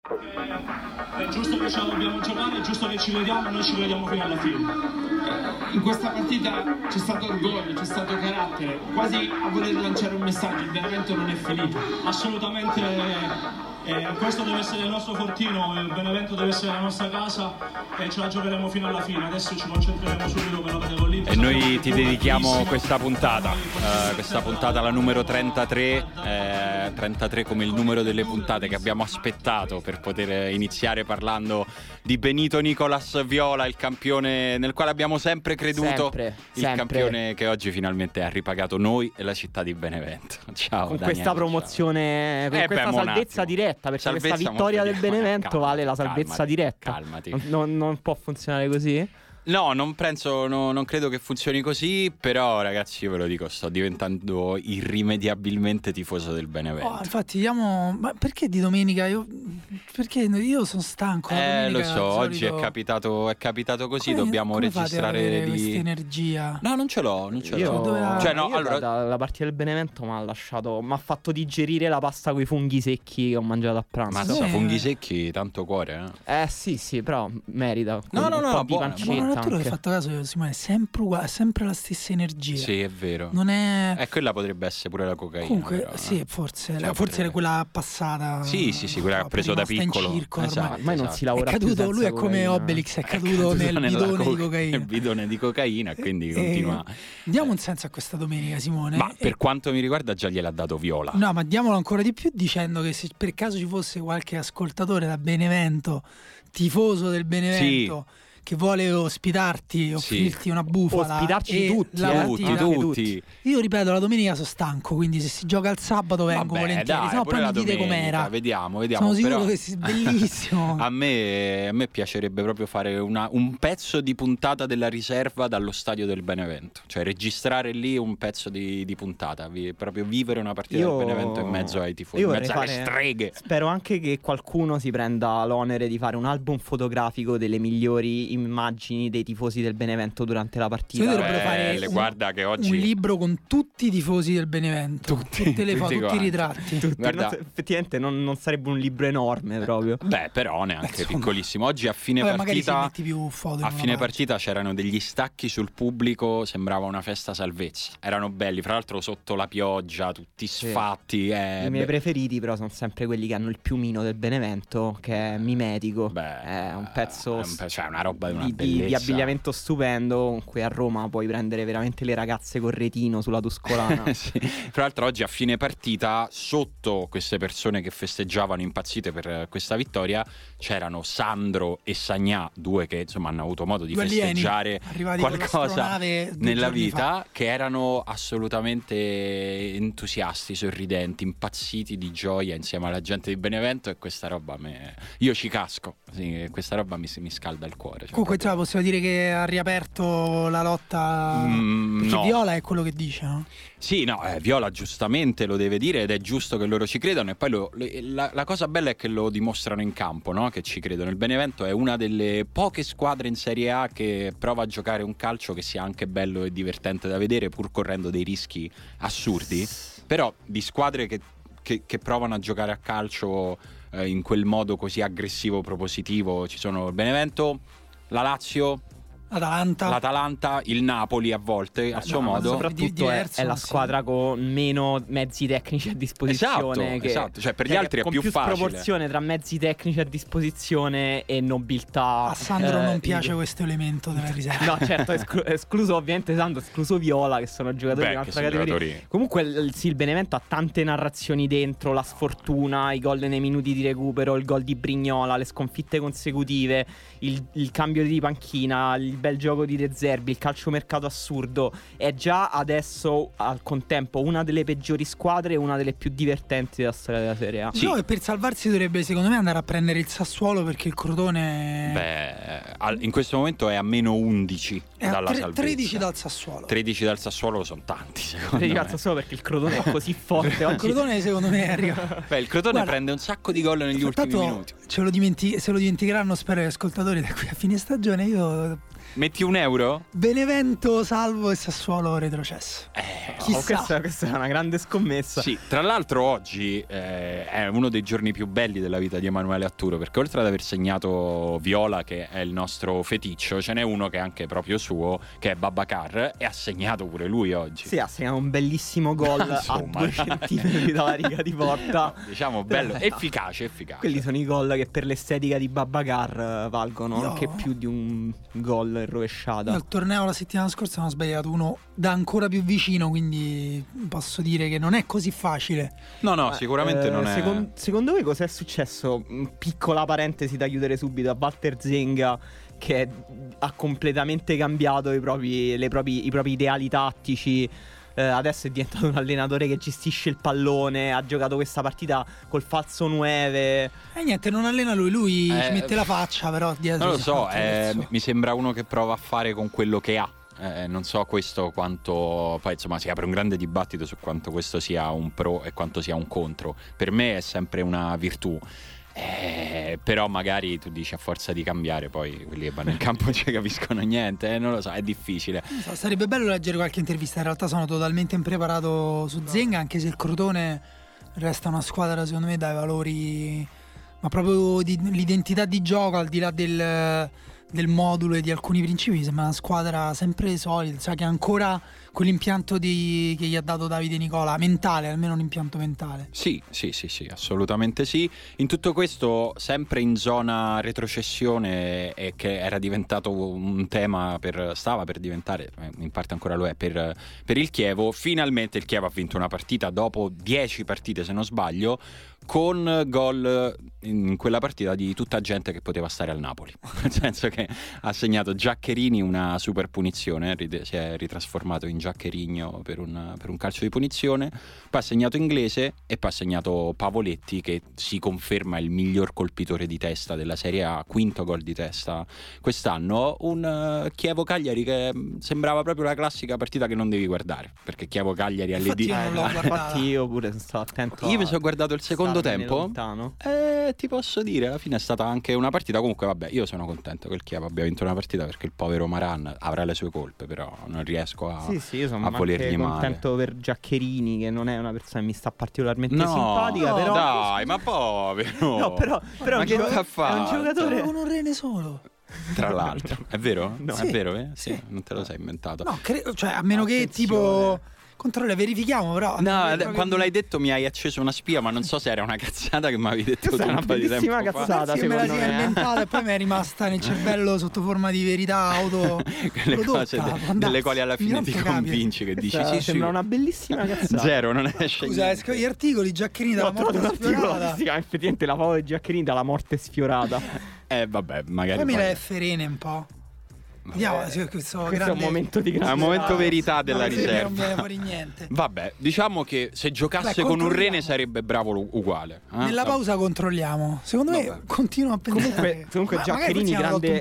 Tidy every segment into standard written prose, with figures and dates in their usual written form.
È giusto che ce la dobbiamo giocare, è giusto che ci crediamo e noi ci crediamo fino alla fine. In questa partita c'è stato orgoglio, c'è stato carattere, quasi a voler lanciare un messaggio, il Benevento non è finito. Assolutamente, questo deve essere il nostro fortino, il Benevento deve essere la nostra casa e ce la giocheremo fino alla fine. Adesso ci concentreremo subito per la partita con l'Inter. E noi ti dedichiamo questa puntata la numero 33, 33 come il numero delle puntate che abbiamo aspettato per poter iniziare parlando di Benito Nicolas Viola, il campione nel quale abbiamo sempre creduto, campione che oggi finalmente ha ripagato noi e la città di Benevento. Ciao con Daniele, questa promozione, con questa salvezza diretta, perché questa vittoria del Benevento vale la salvezza diretta. Calmati. Non può funzionare così? No, non credo che funzioni così, però ragazzi io ve lo dico, sto diventando irrimediabilmente tifoso del Benevento. Infatti ma perché di domenica? Perché io sono stanco. Lo so, oggi è capitato così, dobbiamo come registrare questa energia. No, non ce l'ho. La partita del Benevento mi ha fatto digerire la pasta con i funghi secchi che ho mangiato a pranzo. Mazza, funghi secchi, tanto cuore, sì, però merita. No, di pancetta. Ma tu hai fatto caso, Simone, è sempre uguale, sempre la stessa energia. Sì, è vero. Non è... quella potrebbe essere pure la cocaina. Comunque, però, sì, forse era quella passata. Sì, quella che ha preso da piccolo. In circo, ormai non si lavora è caduto, più lui è come cocaina. Obelix, è caduto nel bidone di cocaina. Nel bidone di cocaina, quindi continua. Diamo un senso a questa domenica, Simone. Ma per quanto mi riguarda già gliel'ha dato Viola. No, ma diamolo ancora di più dicendo che se per caso ci fosse qualche ascoltatore da Benevento, tifoso del Benevento, che vuole ospitarti, offrirti una bufala, ospitarci tutti. Io ripeto, la domenica sono stanco, quindi se si gioca il sabato vengo volentieri, sennò poi mi dite com'era. Vediamo. Sono sicuro che sia bellissimo. A me piacerebbe proprio fare un pezzo di puntata della riserva dallo stadio del Benevento, cioè registrare lì un pezzo di puntata, proprio vivere una partita del Benevento in mezzo ai tifosi, in mezzo alle streghe. Spero anche che qualcuno si prenda l'onere di fare un album fotografico delle migliori immagini dei tifosi del Benevento durante la partita. Dovrebbero fare guarda che oggi un libro con tutti i tifosi del Benevento, tutte le foto, tutti i ritratti. Guarda, effettivamente non sarebbe un libro enorme proprio. Però neanche piccolissimo. Oggi a fine partita partita c'erano degli stacchi sul pubblico, sembrava una festa salvezza. Erano belli, fra l'altro sotto la pioggia, tutti sfatti. I miei preferiti però sono sempre quelli che hanno il piumino del Benevento, che è mimetico. È un pezzo, cioè una roba di abbigliamento stupendo, con cui a Roma puoi prendere veramente le ragazze con retino sulla Tuscolana. Sì. Tra l'altro oggi a fine partita, sotto queste persone che festeggiavano impazzite per questa vittoria, c'erano Sandro e Sagnà, due che insomma hanno avuto modo di festeggiare qualcosa nella vita, che erano assolutamente entusiasti, sorridenti, impazziti di gioia insieme alla gente di Benevento, e questa roba io ci casco, questa roba mi scalda il cuore. Comunque possiamo dire che ha riaperto la lotta, perché Viola è quello che dice, no? Sì, Viola giustamente lo deve dire ed è giusto che loro ci credano, e poi la cosa bella è che lo dimostrano in campo, no? Che ci credono. Il Benevento è una delle poche squadre in Serie A che prova a giocare un calcio che sia anche bello e divertente da vedere, pur correndo dei rischi assurdi. Però di squadre che provano a giocare a calcio in quel modo così aggressivo, propositivo, ci sono il Benevento, la Lazio, l'Atalanta, il Napoli a volte a suo modo. Soprattutto è la squadra con meno mezzi tecnici a disposizione. Esatto. Cioè per gli altri è più facile. Con più sproporzione tra mezzi tecnici a disposizione e nobiltà. A Sandro non piace questo elemento della riserva. No, certo, escluso ovviamente Sandro, escluso Viola, che sono giocatori di un'altra categoria. Comunque il Benevento ha tante narrazioni dentro, la sfortuna, i gol nei minuti di recupero, il gol di Brignola, le sconfitte consecutive, il cambio di panchina, il bel gioco di De Zerbi, il calciomercato assurdo. È già adesso al contempo una delle peggiori squadre e una delle più divertenti della storia della Serie A. No, e per salvarsi dovrebbe secondo me andare a prendere il Sassuolo, perché il Crotone in questo momento è a meno 11 dalla salvezza. 13 dal Sassuolo. 13 dal Sassuolo sono tanti, secondo 13 me. dal Sassuolo, perché il Crotone è così forte. Il Crotone secondo me arriva. Il Crotone prende un sacco di gol negli ultimi minuti. Se lo dimenticheranno, spero, gli ascoltatori, da qui a fine stagione. Io Metti €1? Benevento salvo e Sassuolo retrocesso. Chissà. Questa è una grande scommessa. Sì, tra l'altro oggi è uno dei giorni più belli della vita di Emanuele Atturo, perché oltre ad aver segnato Viola, che è il nostro feticcio, ce n'è uno che è anche proprio suo, che è Babacar, e ha segnato pure lui oggi. Sì, ha segnato un bellissimo gol a 2 centimetri dalla riga di porta. Diciamo bello, efficace. Quelli sono i gol che per l'estetica di Babacar valgono anche più di un gol in rovesciata. Al torneo la settimana scorsa ne ho sbagliato uno da ancora più vicino, quindi posso dire che non è così facile. No, sicuramente non è. Secondo voi cos'è successo? Piccola parentesi da chiudere subito, a Walter Zenga, che ha completamente cambiato i propri ideali tattici. Adesso è diventato un allenatore che gestisce il pallone. Ha giocato questa partita col falso 9. E niente, non allena lui ci mette la faccia, però dietro. Non lo so, mi sembra uno che prova a fare con quello che ha. Non so questo quanto. Poi insomma si apre un grande dibattito su quanto questo sia un pro e quanto sia un contro. Per me è sempre una virtù. Però magari tu dici a forza di cambiare, poi quelli che vanno in campo non ci capiscono niente, non lo so, è difficile. Sarebbe bello leggere qualche intervista. In realtà sono totalmente impreparato su Zenga, anche se il Crotone resta una squadra secondo me dai valori, ma proprio l'identità di gioco, al di là del modulo e di alcuni principi, sembra una squadra sempre solida, sa che ha ancora quell'impianto che gli ha dato Davide Nicola, mentale, almeno un impianto mentale. Sì, assolutamente sì. In tutto questo, sempre in zona retrocessione, e che era diventato un tema stava per diventare, in parte ancora lo è, per il Chievo. Finalmente il Chievo ha vinto una partita dopo 10 partite, se non sbaglio, con gol in quella partita di tutta gente che poteva stare al Napoli, nel senso che ha segnato Giaccherini una super punizione, si è ritrasformato in Giaccherigno per un calcio di punizione, poi ha segnato Inglese e poi ha segnato Pavoletti, che si conferma il miglior colpitore di testa della Serie A, quinto gol di testa quest'anno. Un Chievo-Cagliari che sembrava proprio la classica partita che non devi guardare, perché Chievo-Cagliari infatti io pure sono stato attento. Io mi sono guardato il secondo tempo, ti posso dire, alla fine è stata anche una partita. Comunque vabbè, io sono contento che il Chievo abbia vinto una partita, perché il povero Maran avrà le sue colpe, però non riesco a io sono a volergli male. Contento per Giaccherini, che non è una persona che mi sta particolarmente simpatica, però dai, ma povero. No, però ma che t'ha fatto? È un giocatore con un rene solo. Tra l'altro, è vero? No. È vero, Sì. Non te lo sei inventato. No, cioè a meno che tipo controlla, verifichiamo, però. No, quando l'hai detto mi hai acceso una spia, ma non so se era una cazzata che mi avevi detto tu un po' di tempo fa. È una cazzata, me la sei inventata e poi mi è rimasta nel cervello sotto forma di verità quelle cose delle quali alla fine ti convinci, che dici sì, sembra una bellissima cazzata. Zero, non esce. Scusa, gli articoli Giaccherini dalla morte sfiorata. Sì, effettivamente la foto di Giaccherini dalla morte sfiorata. Vabbè, magari poi mi la F-rene un po'. Vediamo, questo è un momento di grande, è un momento verità della riserva. Non viene fuori niente. Vabbè, diciamo che se giocasse con un rene sarebbe bravo uguale. Nella pausa controlliamo. Secondo me continuo a pensare. Comunque Giaccherini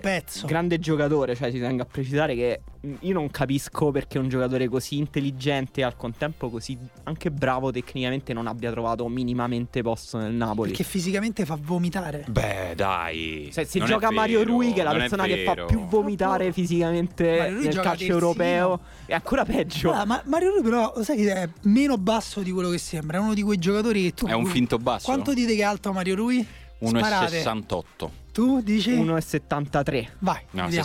grande giocatore, cioè ci tengo a precisare che io non capisco perché un giocatore così intelligente e al contempo così anche bravo tecnicamente non abbia trovato minimamente posto nel Napoli. Perché fisicamente fa vomitare. Beh, dai. Se gioca Mario Rui, che è la persona che fa più vomitare fisicamente nel calcio europeo, è ancora peggio. Ma Mario Rui però lo sai che è meno basso di quello che sembra. È uno di quei giocatori che tu. È un finto basso. Quanto dite che è alto Mario Rui? 1,68. Tu dici? 1,73. Vai, no, vediamo,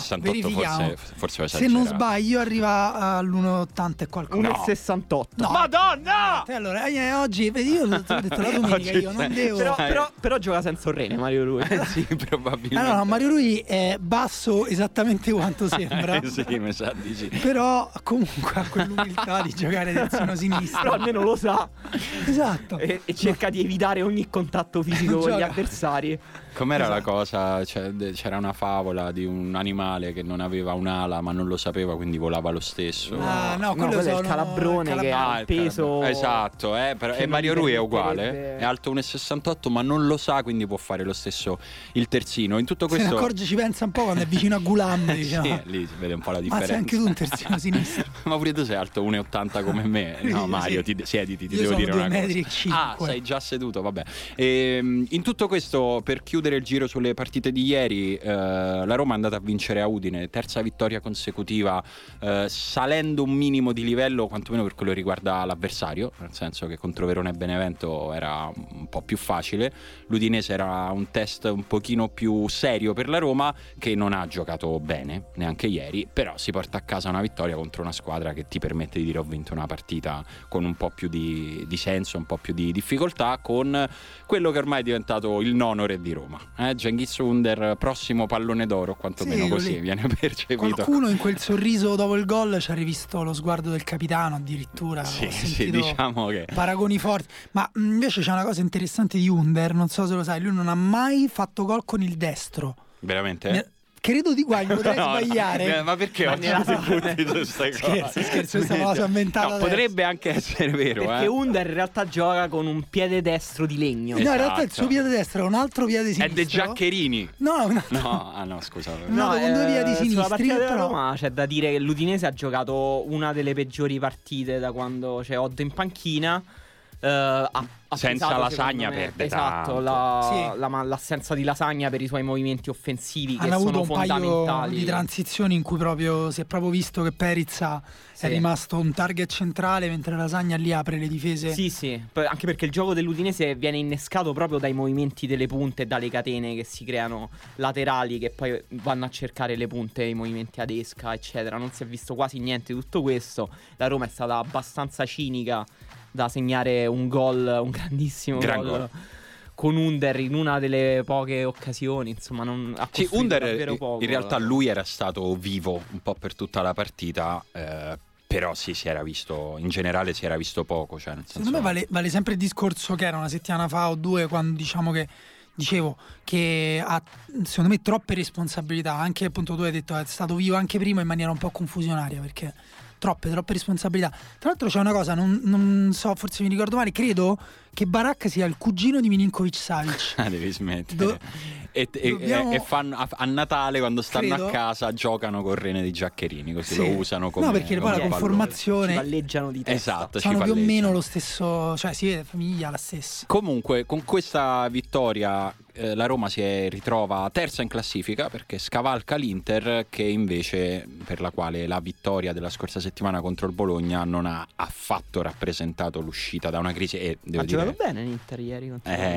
68 forse se non sbaglio arriva all'1,80 e qualcosa. 1,68. No. Madonna! Allora, oggi, vedi, io ti ho detto la domenica, io non devo. Però gioca senza un rene Mario Rui. Sì, probabilmente. Allora, Mario Rui è basso esattamente quanto sembra. Sì, mi sa di sì. Però comunque ha quell'umiltà di giocare terzino sinistro. Però almeno lo sa. Esatto. E cerca di evitare ogni contatto fisico con gli avversari. Com'era la cosa? C'era una favola di un animale che non aveva un'ala ma non lo sapeva, quindi volava lo stesso. Quello è il calabrone che ha il peso. Esatto, però, e Mario Rui è uguale, è alto 1,68 ma non lo sa, quindi può fare lo stesso il terzino. In tutto questo se ne accorge, ci pensa un po' quando è vicino a Gulam. Diciamo. Sì, lì si vede un po' la differenza. Ma sei anche tu un terzino sinistro. Ma pure tu sei alto 1,80 come me. No, Mario, siediti, ti devo dire una cosa. Sei già seduto, vabbè. In tutto questo, per chiudere il giro sulle partite partite di ieri, la Roma è andata a vincere a Udine, terza vittoria consecutiva, salendo un minimo di livello quantomeno per quello che riguarda l'avversario, nel senso che contro Verona e Benevento era un po' più facile. L'Udinese era un test un pochino più serio per la Roma, che non ha giocato bene neanche ieri, però si porta a casa una vittoria contro una squadra che ti permette di dire ho vinto una partita con un po' più di senso, un po' più di difficoltà, con quello che ormai è diventato il nono re di Roma, Cengiz Under, prossimo pallone d'oro, quantomeno così viene percepito. Qualcuno in quel sorriso dopo il gol ci ha rivisto lo sguardo del capitano addirittura. Sì, diciamo che paragoni forti. Ma invece c'è una cosa interessante di Under, non so se lo sai, lui non ha mai fatto gol con il destro. Veramente? Credo di qua, potrei sbagliare. Ma perché oggi ti butti su queste cose? Scherzo, questa cosa inventata. Potrebbe anche essere vero. Perché Under in realtà gioca con un piede destro di legno. No, in realtà il suo piede destro è un altro piede sinistro. È De Giaccherini. No, scusa. No, con due piedi sinistri. Sulla partita della Roma c'è da dire che l'Udinese ha giocato una delle peggiori partite da quando c'è Oddo in panchina. Senza Lasagna perde esatto, l'assenza di Lasagna per i suoi movimenti offensivi che sono fondamentali. Hanno avuto un paio di transizioni in cui proprio si è proprio visto che Perica è rimasto un target centrale, mentre Lasagna lì apre le difese. Sì, anche perché il gioco dell'Udinese viene innescato proprio dai movimenti delle punte e dalle catene che si creano laterali, che poi vanno a cercare le punte, i movimenti ad esca eccetera. Non si è visto quasi niente di tutto questo. La Roma è stata abbastanza cinica da segnare un grandissimo gol con Under in una delle poche occasioni, insomma Under poco. In realtà lui era stato vivo un po' per tutta la partita, però si era visto, in generale si era visto poco, cioè, nel senso... Secondo me vale sempre il discorso che era una settimana fa o due, quando dicevo che ha secondo me troppe responsabilità, anche appunto tu hai detto è stato vivo anche prima in maniera un po' confusionaria, perché troppe responsabilità. Tra l'altro c'è una cosa, non so, forse mi ricordo male, credo che Barak sia il cugino di Milinkovic-Savic. Devi smettere. E fanno a Natale, quando stanno a casa, giocano con Rene di Giaccherini, così lo usano come... No, perché poi la conformazione... Ci palleggiano di testa. Esatto, sono più o meno lo stesso, cioè si vede famiglia la stessa. Comunque, con questa vittoria la Roma si ritrova terza in classifica, perché scavalca l'Inter, che invece, per la quale la vittoria della scorsa settimana contro il Bologna non ha affatto rappresentato l'uscita da una crisi. E devo dire, giocato bene l'Inter ieri.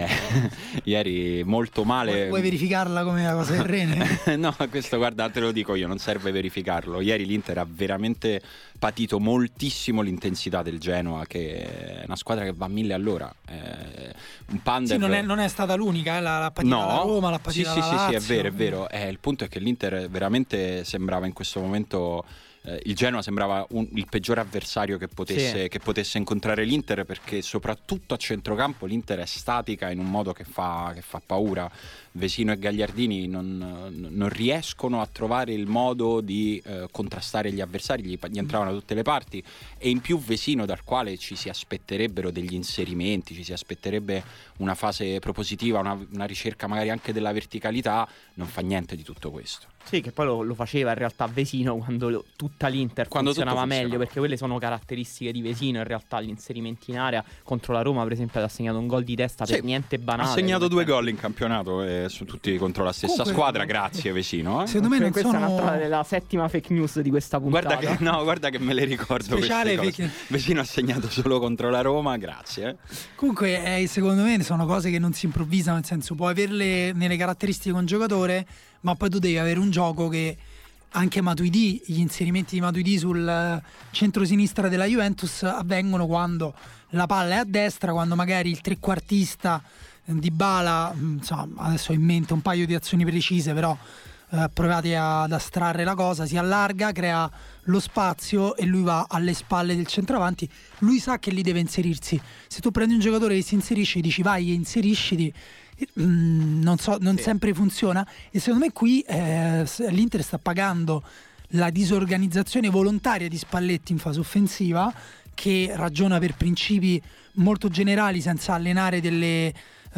Ieri molto male. Vuoi verificarla come la cosa del Rene? No, questo guarda, te lo dico io, non serve verificarlo. Ieri l'Inter ha veramente patito moltissimo l'intensità del Genoa, che è una squadra che va a 1000 all'ora. Un Pandev... Sì, non è stata l'unica, l'ha patita la Roma, l'ha patita la Lazio. Sì, è vero. Il punto è che l'Inter veramente sembrava in questo momento... il Genoa sembrava il peggiore avversario che potesse incontrare l'Inter, perché soprattutto a centrocampo l'Inter è statica in un modo che fa paura. Vesino e Gagliardini non riescono a trovare il modo di contrastare gli avversari, gli entravano da tutte le parti, e in più Vesino, dal quale ci si aspetterebbero degli inserimenti, ci si aspetterebbe una fase propositiva, una ricerca magari anche della verticalità, non fa niente di tutto questo. Sì, che poi lo faceva in realtà Vesino quando tutta l'Inter funzionava meglio, perché quelle sono caratteristiche di Vesino in realtà, gli inserimenti in area. Contro la Roma per esempio ha segnato un gol di testa per niente banale. Ha segnato 2 gol in campionato, sono tutti contro la stessa squadra, grazie Vesino. Secondo me non questa è un'altra della settima fake news di questa puntata. Guarda che me le ricordo. Speciale Vesino ha segnato solo contro la Roma, grazie. Comunque secondo me sono cose che non si improvvisano, nel senso puoi averle nelle caratteristiche di un giocatore, ma poi tu devi avere un gioco che anche Matuidi, gli inserimenti di Matuidi sul centro-sinistra della Juventus avvengono quando la palla è a destra, quando magari il trequartista Dybala, insomma, adesso ho in mente un paio di azioni precise, però provate ad astrarre la cosa, si allarga, crea lo spazio e lui va alle spalle del centravanti, lui sa che lì deve inserirsi. Se tu prendi un giocatore che si inserisce e dici vai e inserisciti, non sempre funziona, e secondo me qui l'Inter sta pagando la disorganizzazione volontaria di Spalletti in fase offensiva, che ragiona per principi molto generali senza allenare dei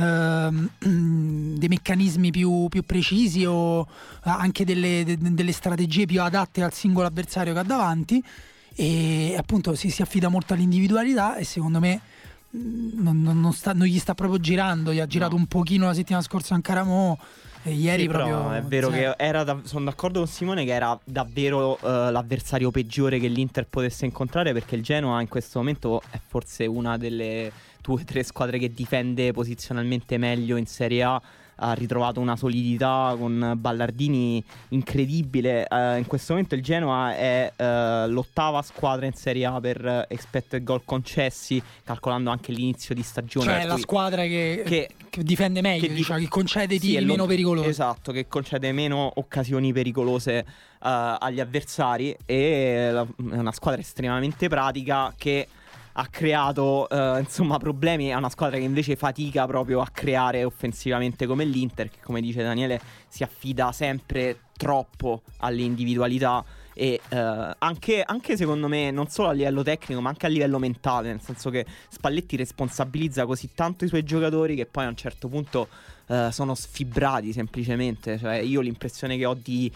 meccanismi più precisi o anche delle strategie più adatte al singolo avversario che ha davanti, e appunto si affida molto all'individualità, e secondo me non gli sta proprio girando. Gli ha girato un pochino la settimana scorsa anche a Ramò, E ieri proprio è vero che sono d'accordo con Simone che era davvero l'avversario peggiore che l'Inter potesse incontrare, perché il Genoa in questo momento è forse una delle 2 o 3 squadre che difende posizionalmente meglio in Serie A. Ha ritrovato una solidità con Ballardini incredibile. In questo momento il Genoa è l'8ª squadra in Serie A per expected goal concessi, calcolando anche l'inizio di stagione. Cioè la squadra che difende meglio, che concede tiri meno pericolosi. Esatto, che concede meno occasioni pericolose agli avversari. E è una squadra estremamente pratica che ha creato problemi a una squadra che invece fatica proprio a creare offensivamente come l'Inter, che come dice Daniele si affida sempre troppo alle individualità e anche secondo me non solo a livello tecnico ma anche a livello mentale, nel senso che Spalletti responsabilizza così tanto i suoi giocatori che poi a un certo punto sono sfibrati semplicemente. Cioè io l'impressione che ho di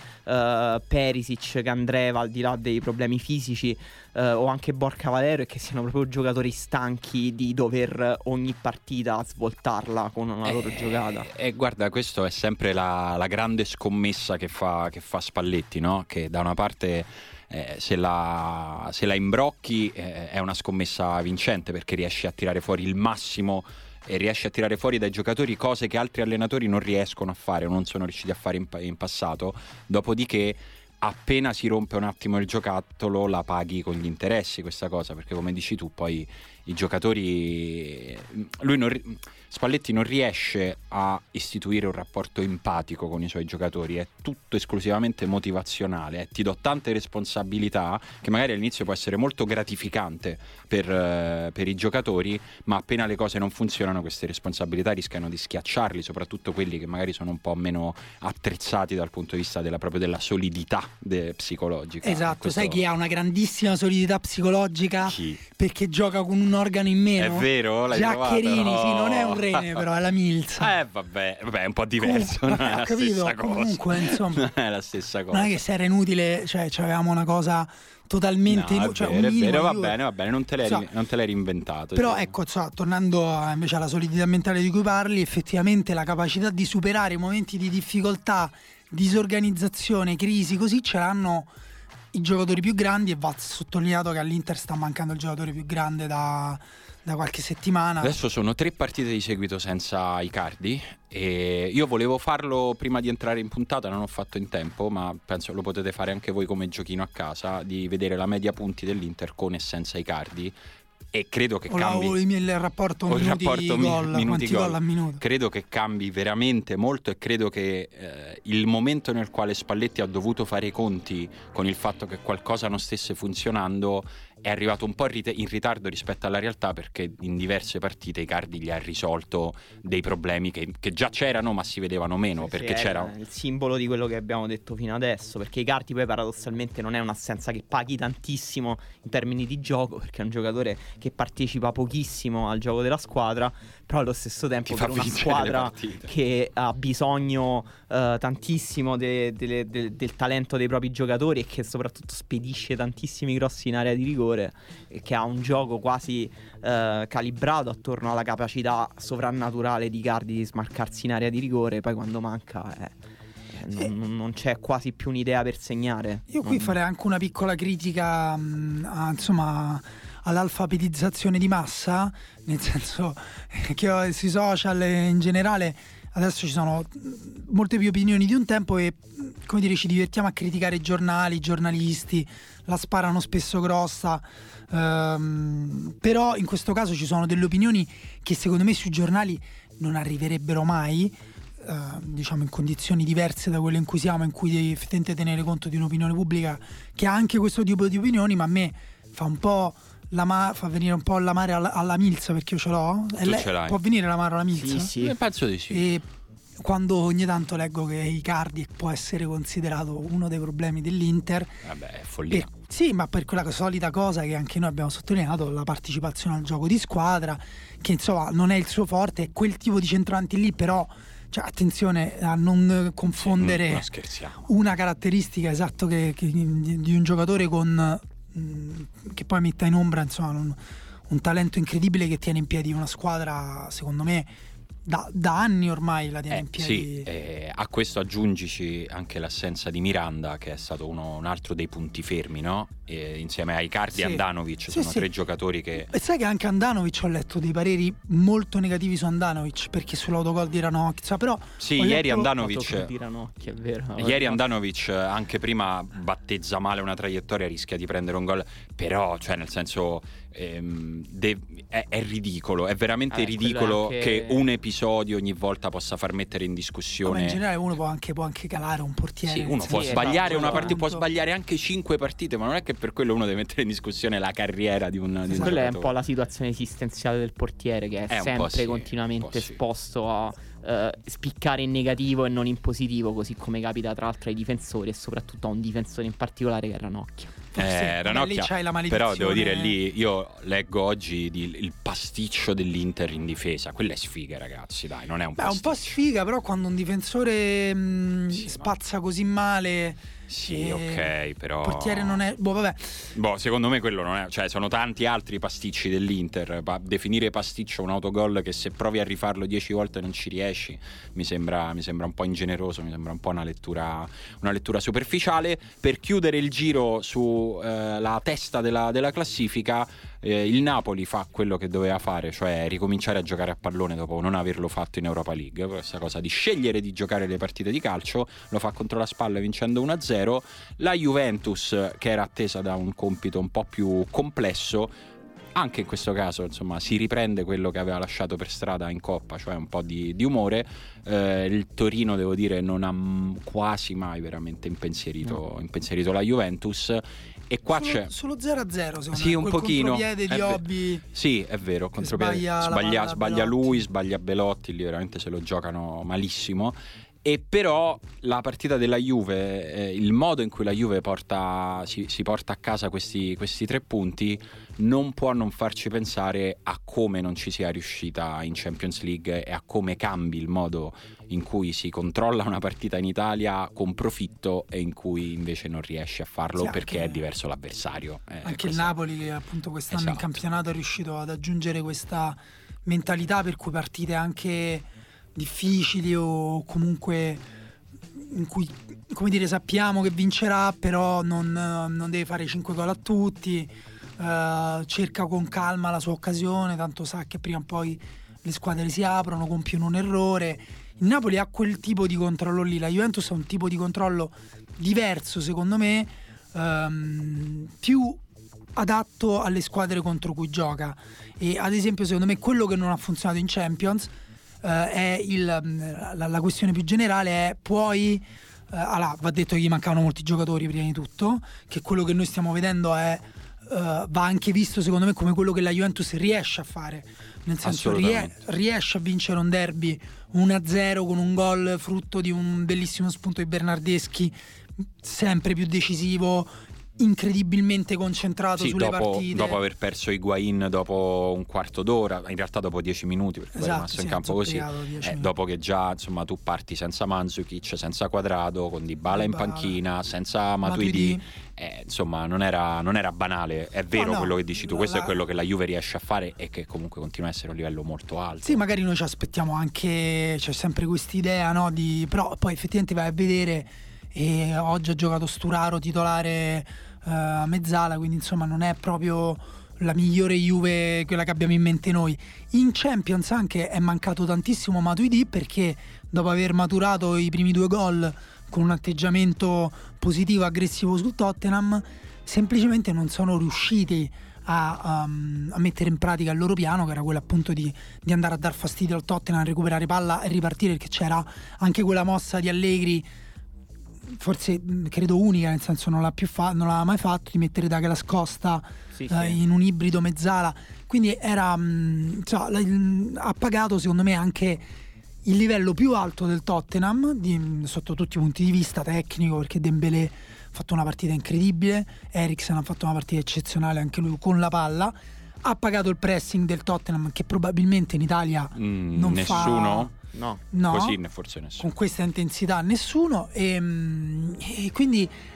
Perisic, Candreva, al di là dei problemi fisici, o anche Borca Valero, è che siano proprio giocatori stanchi di dover ogni partita svoltarla con una loro giocata. E guarda, questo è sempre la grande scommessa che fa Spalletti, no? Che da una parte se la imbrocchi è una scommessa vincente, perché riesci a tirare fuori il massimo e riesce a tirare fuori dai giocatori cose che altri allenatori non riescono a fare o non sono riusciti a fare in passato. Dopodiché appena si rompe un attimo il giocattolo la paghi con gli interessi questa cosa, perché come dici tu poi i giocatori, Spalletti non riesce a istituire un rapporto empatico con i suoi giocatori, è tutto esclusivamente motivazionale. Ti do tante responsabilità che magari all'inizio può essere molto gratificante per i giocatori, ma appena le cose non funzionano queste responsabilità rischiano di schiacciarli, soprattutto quelli che magari sono un po' meno attrezzati dal punto di vista proprio della solidità psicologica. Esatto, sai chi ha una grandissima solidità psicologica? Chi? Perché gioca con un organo in meno. È vero? L'hai Giaccherini, trovato? Sì, non è un rene però, è la milza. Vabbè, è un po' diverso, non è la stessa cosa. Comunque, insomma, non è la stessa cosa. Non è che se era inutile, cioè avevamo una cosa totalmente inutile. È vero, va bene, non te l'hai reinventato. Però ecco, tornando invece alla solidità mentale di cui parli, effettivamente la capacità di superare i momenti di difficoltà, disorganizzazione, crisi, così ce l'hanno i giocatori più grandi, e va sottolineato che all'Inter sta mancando il giocatore più grande da qualche settimana. Adesso sono 3 partite di seguito senza Icardi e io volevo farlo prima di entrare in puntata, non ho fatto in tempo, ma penso lo potete fare anche voi come giochino a casa, di vedere la media punti dell'Inter con e senza Icardi. E credo che cambi il rapporto minuti gol a minuto. Credo che cambi veramente molto, e credo che il momento nel quale Spalletti ha dovuto fare i conti con il fatto che qualcosa non stesse funzionando è arrivato un po' in ritardo rispetto alla realtà, perché in diverse partite Icardi gli ha risolto dei problemi che già c'erano ma si vedevano meno, perché c'era il simbolo di quello che abbiamo detto fino adesso, perché Icardi poi paradossalmente non è un'assenza che paghi tantissimo in termini di gioco, perché è un giocatore che partecipa pochissimo al gioco della squadra, però allo stesso tempo per una squadra che ha bisogno tantissimo del talento dei propri giocatori, e che soprattutto spedisce tantissimi crossi in area di rigore, e che ha un gioco quasi calibrato attorno alla capacità sovrannaturale di Icardi di smarcarsi in area di rigore. Poi quando manca non c'è quasi più un'idea per segnare. Io qui farei anche una piccola critica all'alfabetizzazione di massa, nel senso che sui social in generale adesso ci sono molte più opinioni di un tempo, e come dire ci divertiamo a criticare i giornalisti, la sparano spesso grossa, però in questo caso ci sono delle opinioni che secondo me sui giornali non arriverebbero mai, diciamo in condizioni diverse da quelle in cui siamo, in cui devi effettivamente tenere conto di un'opinione pubblica che ha anche questo tipo di opinioni, ma a me fa un po' fa venire un po' l'amare alla milza, perché io ce l'ho. Ce l'hai. Può venire l'amaro alla milza? Sì. Penso di sì. E quando ogni tanto leggo che Icardi può essere considerato uno dei problemi dell'Inter, vabbè, è follia. Sì, ma per quella solita cosa che anche noi abbiamo sottolineato, la partecipazione al gioco di squadra, che insomma non è il suo forte, è quel tipo di centravanti lì, però attenzione a non confondere una caratteristica esatto di un giocatore con che poi metta in ombra insomma un talento incredibile che tiene in piedi una squadra secondo me da anni ormai la tiene in piedi. Sì, a questo aggiungici anche l'assenza di Miranda, che è stato un altro dei punti fermi, no? Insieme a Icardi e Handanovic sono tre giocatori che... E sai che anche Handanovic, ho letto dei pareri molto negativi su Handanovic, perché sull'autogol di Ranocchia, però... Sì, ieri Handanovic... di Ranocchia, è vero. Ieri Handanovic anche prima battezza male una traiettoria, rischia di prendere un gol, però, cioè, nel senso... è ridicolo, è veramente ridicolo che un episodio ogni volta possa far mettere in discussione. Ma in generale uno può anche calare un portiere. Sì, uno può sbagliare una partita, può sbagliare anche 5 partite, ma non è che per quello uno deve mettere in discussione la carriera di un giocatore. Quella è un po' la situazione esistenziale del portiere, che è sempre continuamente esposto a spiccare in negativo e non in positivo, così come capita tra l'altro ai difensori, e soprattutto a un difensore in particolare che è Ranocchia. Ranocchia, però devo dire, lì io leggo oggi il pasticcio dell'Inter in difesa. Quella è sfiga, ragazzi, dai, non è un pasticcio. È un po' sfiga, però quando un difensore spazza così male... Sì, ok, però il portiere non è... vabbè. Secondo me quello non è... Cioè, sono tanti altri pasticci dell'Inter. Definire pasticcio un autogol che se provi a rifarlo 10 volte non ci riesci mi sembra un po' ingeneroso, mi sembra un po' una lettura superficiale. Per chiudere il giro su la testa della classifica, il Napoli fa quello che doveva fare, cioè ricominciare a giocare a pallone dopo non averlo fatto in Europa League. Questa cosa di scegliere di giocare le partite di calcio lo fa contro la Spalla vincendo 1-0. La Juventus, che era attesa da un compito un po' più complesso, anche in questo caso insomma si riprende quello che aveva lasciato per strada in Coppa, cioè un po' di umore. Il Torino, devo dire, non ha quasi mai veramente impensierito la Juventus. E qua c'è solo 0-0, secondo me. Sì, un pochino. Contropiede di Hobby. Sì, è vero, contropiede. Sbaglia lui, sbaglia Belotti, lì veramente se lo giocano malissimo. E però la partita della Juve, il modo in cui la Juve si porta a casa questi 3 punti, non può non farci pensare a come non ci sia riuscita in Champions League e a come cambi il modo in cui si controlla una partita in Italia con profitto e in cui invece non riesce a farlo, perché è diverso l'avversario. Anche il Napoli, che appunto quest'anno in campionato è riuscito ad aggiungere questa mentalità per cui partite anche difficili o comunque in cui, come dire, sappiamo che vincerà, però non deve fare 5 gol a tutti, cerca con calma la sua occasione, tanto sa che prima o poi le squadre si aprono, compiono un errore. Il Napoli ha quel tipo di controllo lì, la Juventus ha un tipo di controllo diverso, secondo me, più adatto alle squadre contro cui gioca. E ad esempio, secondo me, quello che non ha funzionato in Champions è la questione più generale è allora, va detto che gli mancavano molti giocatori prima di tutto, che quello che noi stiamo vedendo è va anche visto secondo me come quello che la Juventus riesce a fare, nel senso riesce a vincere un derby 1-0 con un gol frutto di un bellissimo spunto di Bernardeschi, sempre più decisivo, incredibilmente concentrato sulle partite. Dopo aver perso Higuain dopo un quarto d'ora, in realtà dopo 10 minuti, perché poi è rimasto in campo così, dopo che già insomma tu parti senza Mandzukic, senza Quadrado, con Dybala in panchina, senza Matuidi. Insomma non era banale. È vero quello che dici tu, questo è quello che la Juve riesce a fare e che comunque continua a essere un livello molto alto. Sì, magari noi ci aspettiamo anche, c'è sempre quest'idea, no, però poi effettivamente vai a vedere, e oggi ha giocato Sturaro titolare a mezzala, quindi insomma non è proprio la migliore Juve quella che abbiamo in mente noi. In Champions anche è mancato tantissimo Matuidi, perché dopo aver maturato i primi 2 gol con un atteggiamento positivo, aggressivo sul Tottenham, semplicemente non sono riusciti a mettere in pratica il loro piano, che era quello appunto di andare a dar fastidio al Tottenham, recuperare palla e ripartire, perché c'era anche quella mossa di Allegri, forse credo unica, nel senso non l'ha mai fatto, di mettere Douglas Costa in un ibrido mezzala, quindi era ha pagato secondo me anche il livello più alto del Tottenham sotto tutti i punti di vista tecnico, perché Dembélé ha fatto una partita incredibile, Eriksen ha fatto una partita eccezionale anche lui con la palla, ha pagato il pressing del Tottenham che probabilmente in Italia non nessuno fa. No, così forse nessuno. Con questa intensità nessuno, e quindi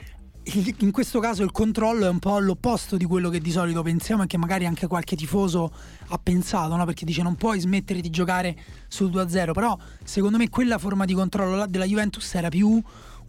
in questo caso il controllo è un po' l'opposto di quello che di solito pensiamo e che magari anche qualche tifoso ha pensato, no? Perché dice non puoi smettere di giocare sul 2-0, però secondo me quella forma di controllo della Juventus era più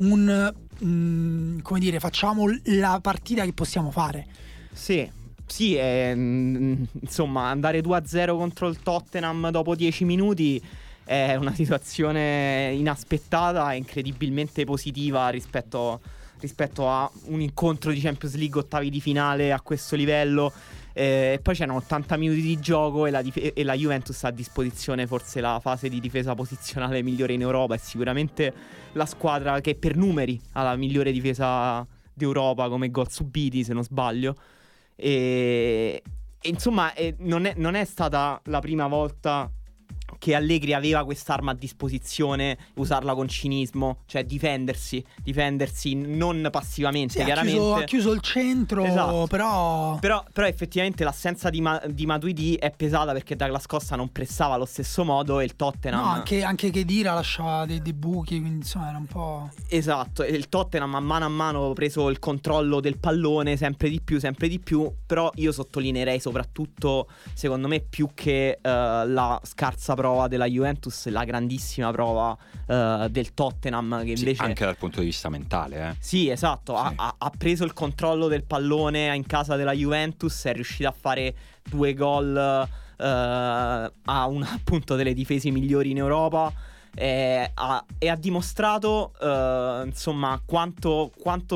come dire, facciamo la partita che possiamo fare. Sì, insomma, andare 2-0 contro il Tottenham dopo 10 minuti è una situazione inaspettata e incredibilmente positiva rispetto a un incontro di Champions League ottavi di finale a questo livello. E poi c'erano 80 minuti di gioco e la Juventus ha a disposizione forse la fase di difesa posizionale migliore in Europa. È sicuramente la squadra che per numeri ha la migliore difesa d'Europa come gol subiti, se non sbaglio. E insomma non è stata la prima volta che Allegri aveva quest'arma a disposizione, usarla con cinismo, cioè difendersi non passivamente, sì, chiaramente ha chiuso il centro, esatto. però effettivamente l'assenza di Matuidi è pesata perché Douglas Costa non pressava allo stesso modo e il Tottenham anche Khedira lasciava dei buchi, quindi insomma era un po', esatto, e il Tottenham a mano ha preso il controllo del pallone sempre di più, però io sottolineerei soprattutto, secondo me, più che la scarsa prova della Juventus, la grandissima prova del Tottenham, che invece anche dal punto di vista mentale sì, esatto, sì. Ha preso il controllo del pallone in casa della Juventus, è riuscito a fare 2 gol a una appunto delle difese migliori in Europa e ha dimostrato insomma quanto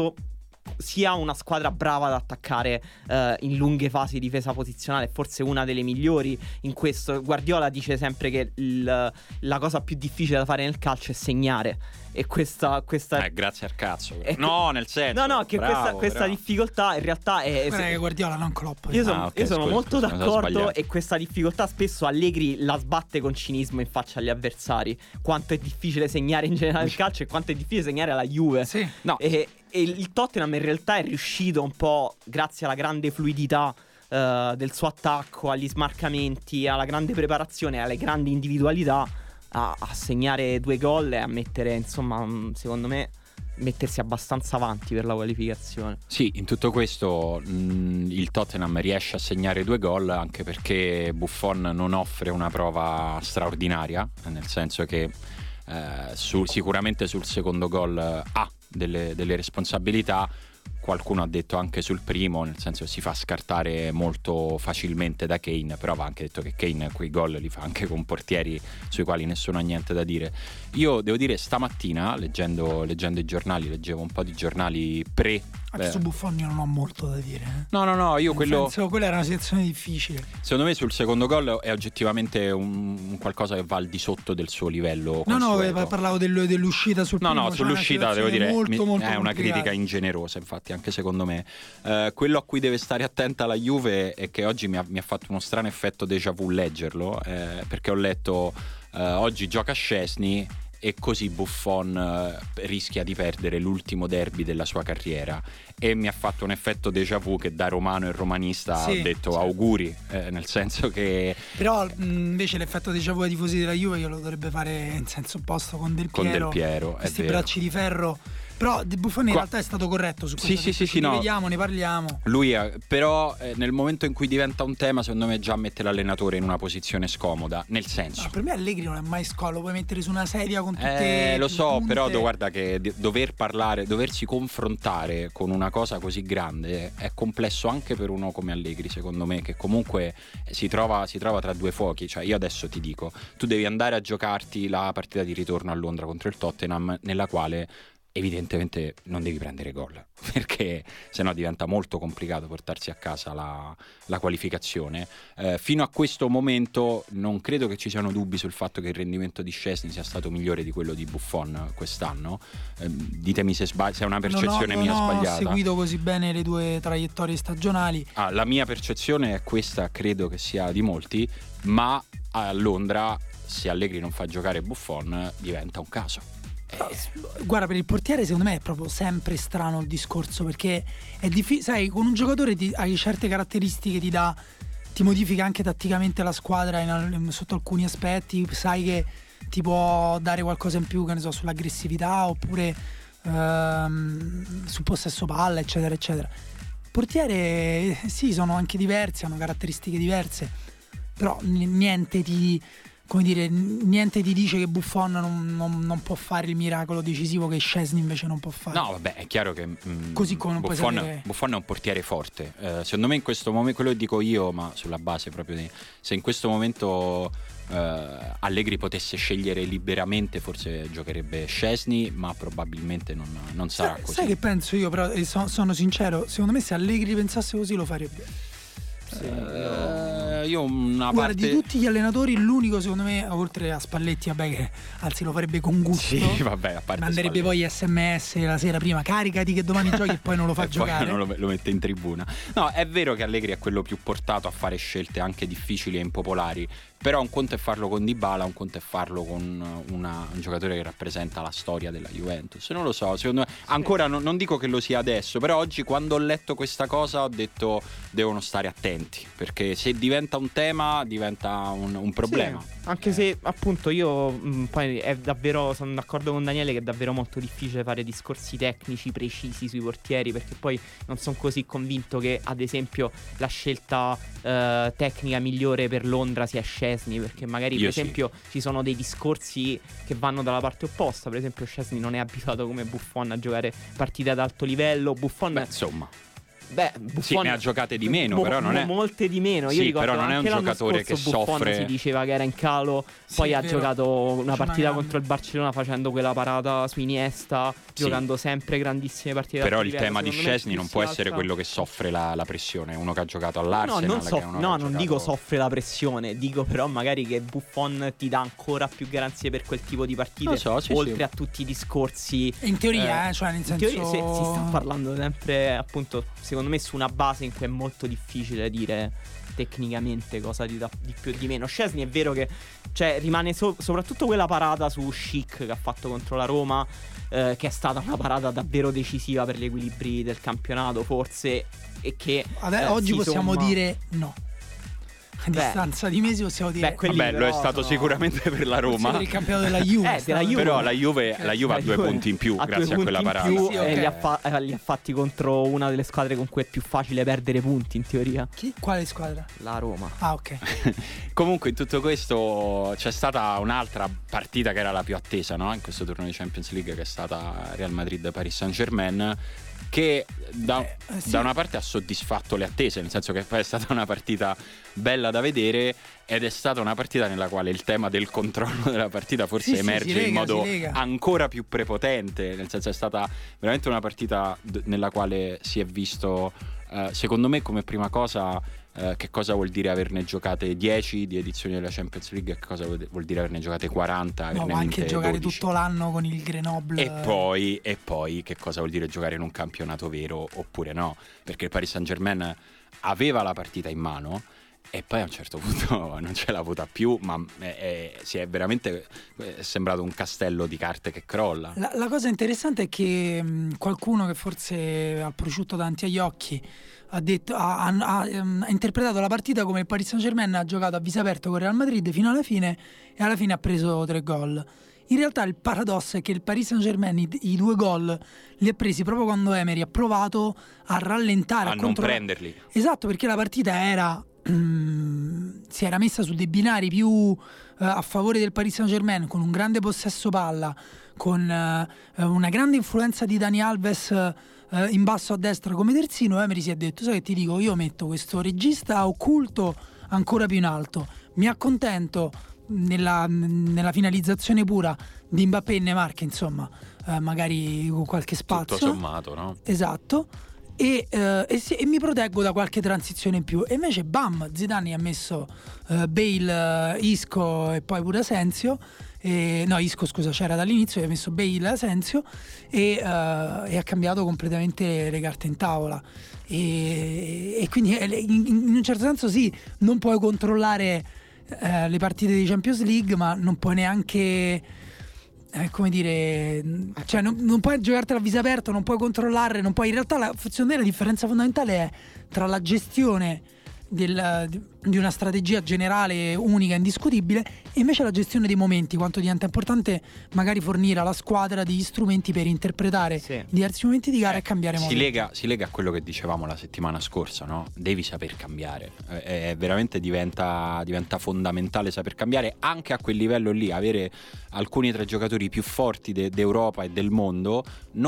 sia una squadra brava ad attaccare in lunghe fasi di difesa posizionale, forse una delle migliori in questo. Guardiola dice sempre che la cosa più difficile da fare nel calcio è segnare, e questa grazie al cazzo, no, nel senso che bravo, questa difficoltà in realtà è Guardiola, non Klopp. Io sono molto d'accordo, e questa difficoltà spesso Allegri la sbatte con cinismo in faccia agli avversari, quanto è difficile segnare in generale il calcio e quanto è difficile segnare alla Juve. Sì. No. E il Tottenham in realtà è riuscito un po', grazie alla grande fluidità del suo attacco, agli smarcamenti, alla grande preparazione, alle grandi individualità, a segnare 2 gol e a mettere, insomma, secondo me, mettersi abbastanza avanti per la qualificazione. Sì, in tutto questo il Tottenham riesce a segnare 2 gol anche perché Buffon non offre una prova straordinaria, nel senso che sicuramente sul secondo gol ha delle responsabilità. Qualcuno ha detto anche sul primo, nel senso che si fa scartare molto facilmente da Kane, però va anche detto che Kane quei gol li fa anche con portieri sui quali nessuno ha niente da dire. Io devo dire, stamattina leggendo i giornali, leggevo un po' di giornali su Buffon io non ho molto da dire. No, io quella era una situazione difficile. Secondo me sul secondo gol è oggettivamente un qualcosa che va al di sotto del suo livello consueto. Parlavo dell'uscita sul primo. No, sull'uscita devo dire molto è una complicata. critica ingenerosa, infatti, anche secondo me. Quello a cui deve stare attenta la Juve è che oggi mi ha fatto uno strano effetto déjà vu leggerlo, perché ho letto oggi gioca Szczesny e così Buffon rischia di perdere l'ultimo derby della sua carriera, e mi ha fatto un effetto déjà vu che da romano e romanista ho detto auguri, nel senso che però invece l'effetto déjà vu ai tifosi della Juve io lo dovrebbe fare in senso opposto con Del Piero, questi bracci di ferro. Però De Buffon in realtà è stato corretto su questo. Sì, no. Vediamo, ne parliamo. Lui però nel momento in cui diventa un tema, secondo me già mette l'allenatore in una posizione scomoda, nel senso. No, per me Allegri non è mai scomodo, lo puoi mettere su una sedia con tutte lo so, punte. però guarda che doversi confrontare con una cosa così grande è complesso anche per uno come Allegri, secondo me, che comunque si trova tra 2 fuochi. Cioè, io adesso ti dico, tu devi andare a giocarti la partita di ritorno a Londra contro il Tottenham, nella quale evidentemente non devi prendere gol, perché sennò diventa molto complicato portarsi a casa la qualificazione. Fino a questo momento non credo che ci siano dubbi sul fatto che il rendimento di Szczesny sia stato migliore di quello di Buffon quest'anno. Ditemi se è una percezione mia sbagliata. Non ho seguito così bene le 2 traiettorie stagionali. La mia percezione è questa, credo che sia di molti, ma a Londra, se Allegri non fa giocare Buffon, diventa un caso. Guarda, per il portiere secondo me è proprio sempre strano il discorso, perché è difficile, sai, con un giocatore hai certe caratteristiche, ti modifica anche tatticamente la squadra sotto alcuni aspetti, sai che ti può dare qualcosa in più, che ne so, sull'aggressività, oppure su possesso palla, eccetera eccetera. Portiere sì, sono anche diversi, hanno caratteristiche diverse, però niente ti dice che Buffon non può fare il miracolo decisivo che Szczesny invece non può fare. No, vabbè, è chiaro che così come non Buffon è un portiere forte. Secondo me in questo momento, quello che dico io, ma sulla base proprio di se in questo momento Allegri potesse scegliere liberamente, forse giocherebbe Szczesny, ma probabilmente non sarà così. Sai che penso io, però sono sincero, secondo me se Allegri pensasse così lo farebbe. Io una Guarda, parte di tutti gli allenatori l'unico secondo me, oltre a Spalletti, vabbè, che anzi lo farebbe con gusto, sì, vabbè, a parte manderebbe Spalletti. poi SMS la sera prima, caricati che domani giochi e poi non lo fa giocare, poi non lo mette in tribuna. No, è vero che Allegri è quello più portato a fare scelte anche difficili e impopolari, però un conto è farlo con Dybala, un conto è farlo con un giocatore che rappresenta la storia della Juventus. Non lo so, secondo me ancora non dico che lo sia adesso, però oggi quando ho letto questa cosa ho detto devono stare attenti, perché se diventa un tema diventa un problema. Sì, anche se appunto io poi è davvero, sono d'accordo con Daniele che è davvero molto difficile fare discorsi tecnici precisi sui portieri, perché poi non sono così convinto che ad esempio la scelta tecnica migliore per Londra sia Szczesny, perché magari per esempio ci sono dei discorsi che vanno dalla parte opposta. Per esempio Szczesny non è abituato come Buffon a giocare partite ad alto livello. Buffon insomma Buffon sì, ne ha giocate di meno, però non è molte di meno. Sì, io ricordo però non è un giocatore che Buffon soffre. si diceva che era in calo, poi ha giocato una partita contro il Barcellona facendo quella parata su Iniesta, giocando sempre grandissime partite. Però il tema di Szczesny non può essere quello che soffre la pressione, uno che ha giocato all'Arsenal. Non dico soffre la pressione, dico però magari che Buffon ti dà ancora più garanzie per quel tipo di partite, oltre a tutti i discorsi. In teoria, cioè nel senso, si sta parlando sempre, appunto, secondo me su una base in cui è molto difficile dire tecnicamente cosa ti dà di più e di meno. Szczesny è vero che rimane soprattutto quella parata su Schick che ha fatto contro la Roma, che è stata una parata davvero decisiva per gli equilibri del campionato forse, e che oggi possiamo dire no. A distanza di mesi possiamo dire lo è stato sicuramente per la Roma, per il campionato della Juve, però la Juve ha 2 punti in più grazie a quella parata li ha fatti contro una delle squadre con cui è più facile perdere punti in teoria. Quale squadra? La Roma. Ok. Comunque in tutto questo c'è stata un'altra partita che era la più attesa, no? In questo turno di Champions League, che è stata Real Madrid-Paris Saint-Germain, che da una parte ha soddisfatto le attese, nel senso che poi è stata una partita bella da vedere, ed è stata una partita nella quale il tema del controllo della partita forse emerge in modo ancora più prepotente, nel senso è stata veramente una partita nella quale si è visto, secondo me, come prima cosa che cosa vuol dire averne giocate 10 di edizioni della Champions League e che cosa vuol dire averne giocate 40, averne anche giocare 12. tutto l'anno con il Grenoble, e poi che cosa vuol dire giocare in un campionato vero oppure no, perché il Paris Saint-Germain aveva la partita in mano e poi a un certo punto non ce l'ha avuta più, ma si è veramente sembrato un castello di carte che crolla. La cosa interessante è che qualcuno che forse ha il prosciutto davanti agli occhi ha interpretato la partita come il Paris Saint-Germain ha giocato a viso aperto con Real Madrid fino alla fine, e alla fine ha preso 3 gol. In realtà il paradosso è che il Paris Saint-Germain i 2 gol li ha presi proprio quando Emery ha provato a rallentare, a non prenderli. Esatto, perché la partita si era messa su dei binari più a favore del Paris Saint-Germain, con un grande possesso palla, con una grande influenza di Dani Alves in basso a destra come terzino. Emery si è detto: sai che ti dico, io metto questo regista occulto ancora più in alto, mi accontento nella finalizzazione pura di Mbappé e Neymar, che insomma magari con qualche spazio, tutto sommato, no? Esatto. E mi proteggo da qualche transizione in più. E invece bam, Zidane ha messo Bale, Isco e poi pure Asensio, Isco scusa c'era dall'inizio, ha messo Bale, Asensio e ha cambiato completamente le carte in tavola, e quindi in un certo senso sì, non puoi controllare le partite di Champions League, ma non puoi neanche come dire, cioè non puoi giocartela a viso aperto, non puoi controllarle, non puoi. In realtà la differenza fondamentale è tra la gestione di una strategia generale unica, indiscutibile, e invece la gestione dei momenti, quanto diventa importante magari fornire alla squadra degli strumenti per interpretare diversi momenti di gara e cambiare momenti. Si lega a quello che dicevamo la settimana scorsa, no? Devi saper cambiare, veramente diventa fondamentale saper cambiare anche a quel livello lì. Avere alcuni tra i giocatori più forti d'Europa e del mondo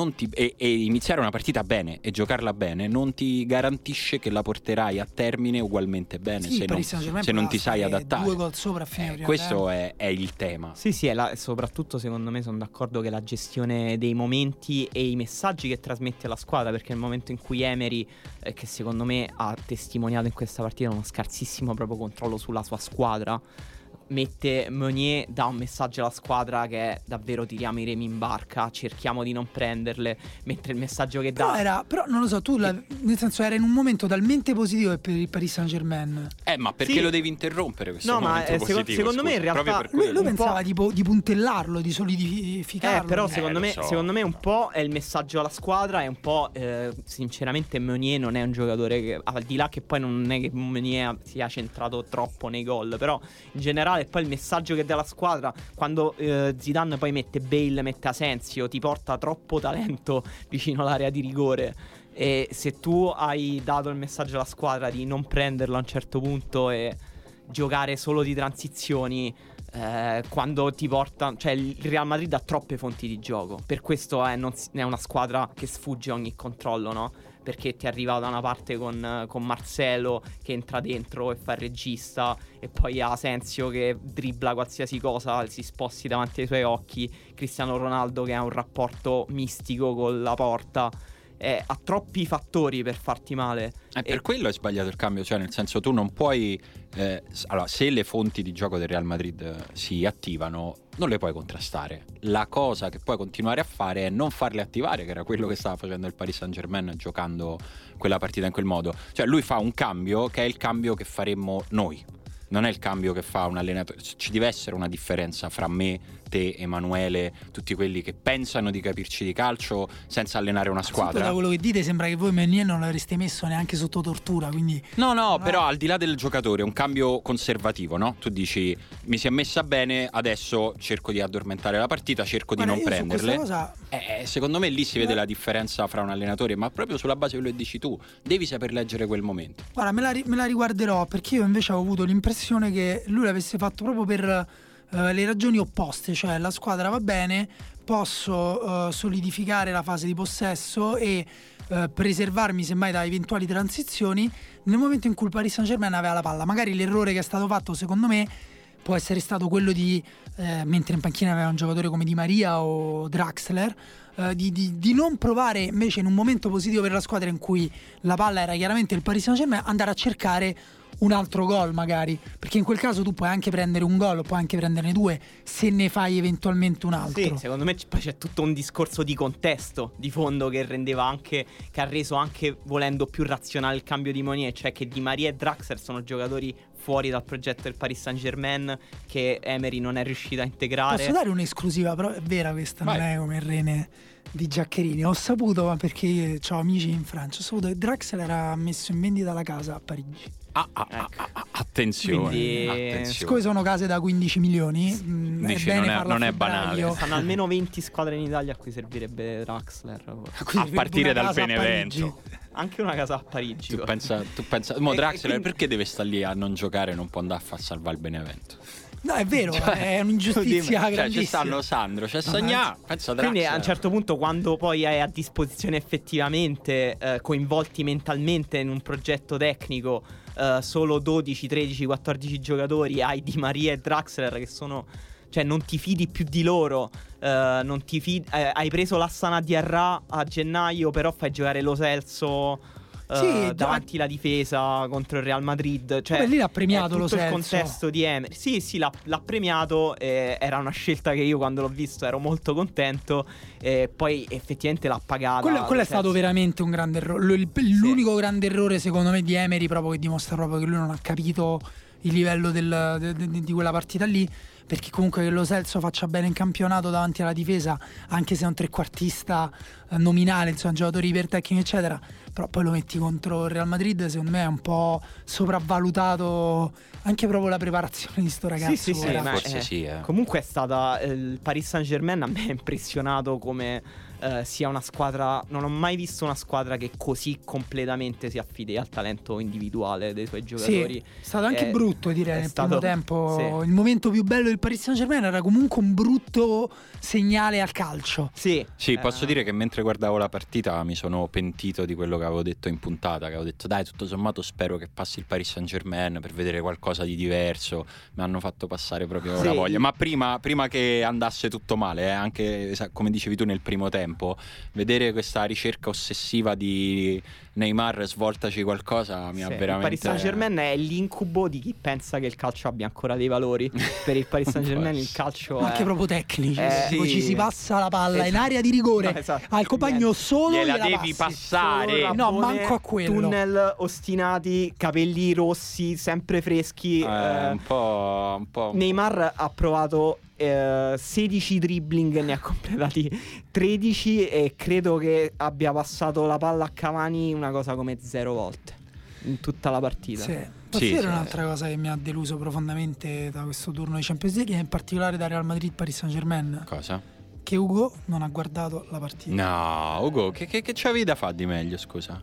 e iniziare una partita bene e giocarla bene non ti garantisce che la porterai a termine ugualmente bene, se non ti sai adattare. 2 gol sopra a fine questo è il tema. Sì, soprattutto secondo me sono d'accordo che la gestione dei momenti e i messaggi che trasmette alla squadra, perché nel momento in cui Emery, che secondo me ha testimoniato in questa partita uno scarsissimo proprio controllo sulla sua squadra, mette Meunier, dà un messaggio alla squadra che è davvero tiriamo i remi in barca, cerchiamo di non prenderle, mentre il messaggio che dà però non lo so, tu nel senso era in un momento talmente positivo per il Paris Saint-Germain, ma perché lo devi interrompere questo momento positivo? Secondo me in realtà lui pensava di puntellarlo, di solidificarlo, però secondo me un po' è il messaggio alla squadra, e un po' sinceramente Meunier non è un giocatore che, al di là che poi non è che Meunier sia centrato troppo nei gol, però in generale. E poi il messaggio che dà la squadra quando Zidane poi mette Bale, mette Asensio, ti porta troppo talento vicino all'area di rigore, e se tu hai dato il messaggio alla squadra di non prenderlo a un certo punto e giocare solo di transizioni, quando ti porta, cioè il Real Madrid ha troppe fonti di gioco, per questo è una squadra che sfugge ogni controllo, no? Perché ti arriva da una parte con Marcelo che entra dentro e fa il regista, e poi ha Asensio che dribbla qualsiasi cosa si sposti davanti ai suoi occhi, Cristiano Ronaldo che ha un rapporto mistico con la porta, ha troppi fattori per farti male. Per quello è sbagliato il cambio, cioè nel senso tu non puoi allora, se le fonti di gioco del Real Madrid si attivano non le puoi contrastare. La cosa che puoi continuare a fare è non farle attivare, che era quello che stava facendo il Paris Saint-Germain giocando quella partita in quel modo. Cioè lui fa un cambio che è il cambio che faremmo noi, non è il cambio che fa un allenatore. Ci deve essere una differenza fra me, te, Emanuele, tutti quelli che pensano di capirci di calcio senza allenare una squadra. Da quello che dite sembra che voi Meunier non l'avreste messo neanche sotto tortura, quindi no, però al di là del giocatore è un cambio conservativo, no? Tu dici mi si è messa bene, adesso cerco di addormentare la partita, cerco di non prenderle. Secondo me lì si vede la differenza fra un allenatore, ma proprio sulla base di quello che dici tu, devi saper leggere quel momento. Guarda, me la riguarderò, perché io invece avevo avuto l'impressione che lui l'avesse fatto proprio per le ragioni opposte, cioè la squadra va bene, posso solidificare la fase di possesso e preservarmi semmai da eventuali transizioni nel momento in cui il Paris Saint-Germain aveva la palla. Magari l'errore che è stato fatto secondo me può essere stato quello di mentre in panchina aveva un giocatore come Di Maria o Draxler, di non provare invece in un momento positivo per la squadra in cui la palla era chiaramente il Paris Saint-Germain andare a cercare un altro gol magari, perché in quel caso tu puoi anche prendere un gol o puoi anche prenderne 2 se ne fai eventualmente un altro. Sì, secondo me poi c'è tutto un discorso di contesto di fondo che ha reso anche volendo più razionale il cambio di Meunier, cioè che Di Maria e Draxler sono giocatori fuori dal progetto del Paris Saint-Germain che Emery non è riuscito a integrare. Posso dare un'esclusiva, però è vera questa. Vai. Non è come il Rene di Giaccherini. Ho saputo, ma perché io ho amici in Francia, ho saputo che Draxler era messo in vendita la casa a Parigi. Attenzione. Quindi, siccome sono case da 15 milioni, dici, non è banale. Stanno almeno 20 squadre in Italia a cui servirebbe Draxler, a partire dal Benevento. Anche una casa a Parigi. Tu pensa mo Draxler perché deve stare lì a non giocare e non può andare a far salvare il Benevento? No, è vero, è un'ingiustizia grandissima. Ci stanno Sandro, c'è Sagna, penso a Draxler. Quindi a un certo punto, quando poi hai a disposizione effettivamente coinvolti mentalmente in un progetto tecnico solo 12, 13, 14 giocatori, hai Di Maria e Draxler che sono, cioè non ti fidi più di loro, non ti fidi, hai preso l'Assana Diarra a gennaio, però fai giocare Lo Celso davanti la difesa contro il Real Madrid, cioè lì l'ha premiato Lo Celso, il contesto di Emery. Sì, l'ha premiato, era una scelta che io quando l'ho visto ero molto contento, poi effettivamente l'ha pagata. Quello è stato veramente un grande errore, l'unico grande errore secondo me di Emery, proprio che dimostra proprio che lui non ha capito il livello di quella partita lì, perché comunque che Lo Celso faccia bene in campionato davanti alla difesa, anche se è un trequartista nominale, insomma giocatori ipertecnici eccetera, però poi lo metti contro il Real Madrid, secondo me è un po' sopravvalutato anche proprio la preparazione di sto ragazzo. Sì, forse sì. Comunque è stata il Paris Saint-Germain, a me è impressionato come sia una squadra, non ho mai visto una squadra che così completamente si affidi al talento individuale dei suoi giocatori. Sì, è stato anche brutto, direi, nel primo tempo. Sì. Il momento più bello del Paris Saint-Germain era comunque un brutto segnale al calcio. Sì, posso dire che mentre guardavo la partita mi sono pentito di quello che avevo detto in puntata, che avevo detto dai, tutto sommato spero che passi il Paris Saint-Germain per vedere qualcosa di diverso. Mi hanno fatto passare proprio la voglia. Ma prima che andasse tutto male, anche come dicevi tu nel primo tempo, vedere questa ricerca ossessiva di Neymar, svoltaci qualcosa, mi ha veramente... Il Paris Saint-Germain è l'incubo di chi pensa che il calcio abbia ancora dei valori. Per il Paris Saint-Germain il calcio anche proprio tecnici, sì. ci si passa la palla in area di rigore, al compagno solo gliela devi passare, no, manco a quello. Tunnel ostinati, capelli rossi, sempre freschi. Un po'. Neymar ha provato 16 dribbling, ne ha completati 13 e credo che abbia passato la palla a Cavani una cosa come 0 volte in tutta la partita. Posso dire un'altra cosa che mi ha deluso profondamente da questo turno di Champions League, in particolare da Real Madrid Paris Saint-Germain? Cosa? Che Ugo non ha guardato la partita. No, Ugo, che c'avevi da fare di meglio, scusa?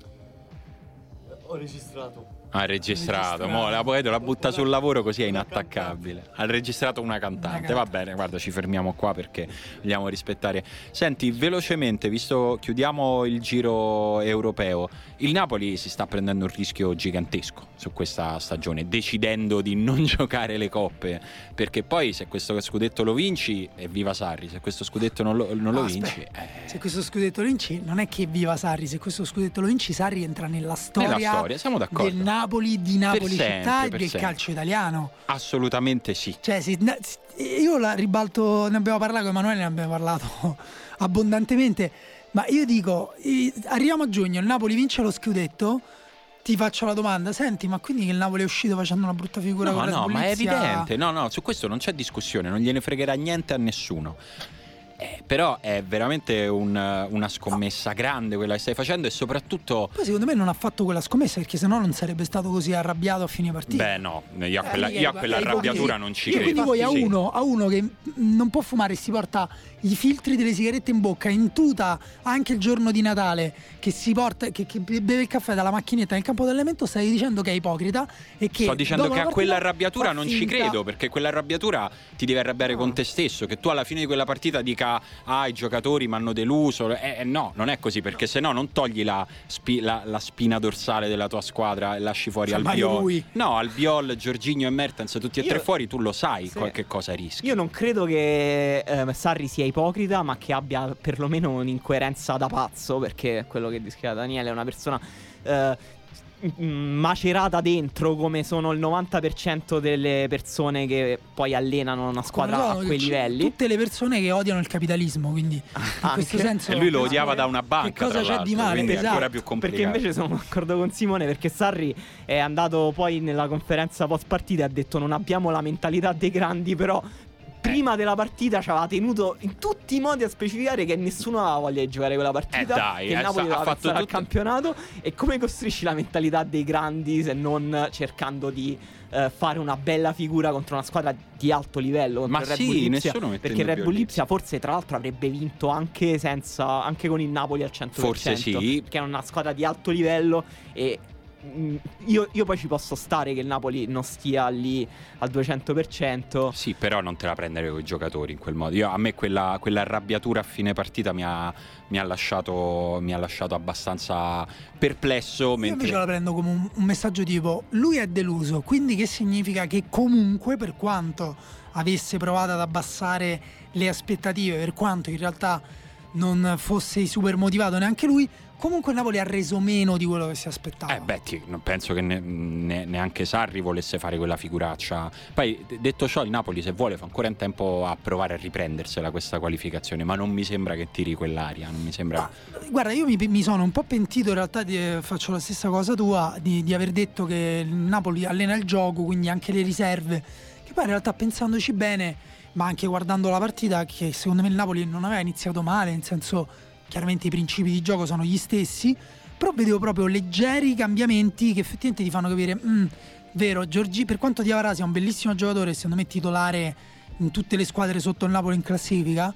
Ho registrato. Ha registrato, mo la Poeto la butta sul lavoro così è inattaccabile. Ha registrato una cantante. Va bene, guarda, ci fermiamo qua perché vogliamo rispettare. Senti, velocemente, visto chiudiamo il giro europeo, il Napoli si sta prendendo un rischio gigantesco su questa stagione, decidendo di non giocare le coppe, perché poi se questo scudetto lo vinci, evviva Sarri, se questo scudetto non lo vinci, se questo scudetto lo vinci, non è che evviva Sarri, se questo scudetto lo vinci, Sarri entra nella storia siamo d'accordo, del Napoli, di Napoli città e del sempre. Calcio italiano. Assolutamente sì. Cioè, io la ribalto, ne abbiamo parlato con Emanuele, ne abbiamo parlato abbondantemente, ma io dico, arriviamo a giugno, il Napoli vince lo scudetto, ti faccio la domanda, senti, ma quindi che il Napoli è uscito facendo una brutta figura con la No, ma è evidente, no, su questo non c'è discussione, non gliene fregherà niente a nessuno. Però è veramente una scommessa grande quella che stai facendo, e soprattutto poi secondo me non ha fatto quella scommessa, perché sennò non sarebbe stato così arrabbiato a fine partita. Beh no, io a quella arrabbiatura non ci credo. Quindi voi a uno che non può fumare e si porta i filtri delle sigarette in bocca in tuta anche il giorno di Natale, che si porta, che beve il caffè dalla macchinetta nel campo d'allenamento, stai dicendo che è ipocrita e che sto dicendo che a quella arrabbiatura non ci credo, perché quella arrabbiatura ti deve arrabbiare con te stesso, che tu alla fine di quella partita dica i giocatori mi hanno deluso, no, non è così, perché se no non togli la spina dorsale della tua squadra e lasci fuori Albiol, Jorginho e Mertens tutti e tre fuori, tu lo sai qualche cosa rischi. Io non credo che Sarri sia ipocrita, ma che abbia perlomeno un'incoerenza da pazzo, perché quello che descrive Daniele è una persona macerata dentro, come sono il 90% delle persone che poi allenano una squadra a quei livelli. Tutte le persone che odiano il capitalismo, quindi in questo senso. E lui lo odiava da una banca. Che cosa c'è di male? Quindi è ancora più complicato. Perché invece sono d'accordo con Simone, perché Sarri è andato poi nella conferenza post partita e ha detto non abbiamo la mentalità dei grandi, però prima della partita ci aveva tenuto in tutti i modi a specificare che nessuno aveva voglia di giocare quella partita, che il Napoli doveva pensare al campionato. E come costruisci la mentalità dei grandi se non cercando di fare una bella figura contro una squadra di alto livello, ma il Red Bull Lipsia, perché il Red Bull Lipsia forse tra l'altro avrebbe vinto anche con il Napoli al 100%, forse sì, perché è una squadra di alto livello. E io poi ci posso stare che il Napoli non stia lì al 200%. Sì, però non te la prendere con i giocatori in quel modo. A me quella arrabbiatura a fine partita mi ha lasciato abbastanza perplesso. Io invece la prendo come un messaggio tipo: lui è deluso, quindi che significa che comunque, per quanto avesse provato ad abbassare le aspettative, per quanto in realtà non fosse super motivato neanche lui. Comunque il Napoli ha reso meno di quello che si aspettava. Non penso che neanche Sarri volesse fare quella figuraccia. Poi, detto ciò, il Napoli, se vuole, fa ancora in tempo a provare a riprendersela questa qualificazione, ma non mi sembra che tiri quell'aria, non mi sembra. Guarda, io mi sono un po' pentito in realtà, faccio la stessa cosa tua, di aver detto che il Napoli allena il gioco, quindi anche le riserve, che poi in realtà, pensandoci bene, ma anche guardando la partita, che secondo me il Napoli non aveva iniziato male, nel senso, chiaramente i principi di gioco sono gli stessi, però vedevo proprio leggeri cambiamenti che effettivamente ti fanno capire, vero, Giorgi, per quanto Diawara sia un bellissimo giocatore, secondo me titolare in tutte le squadre sotto il Napoli in classifica,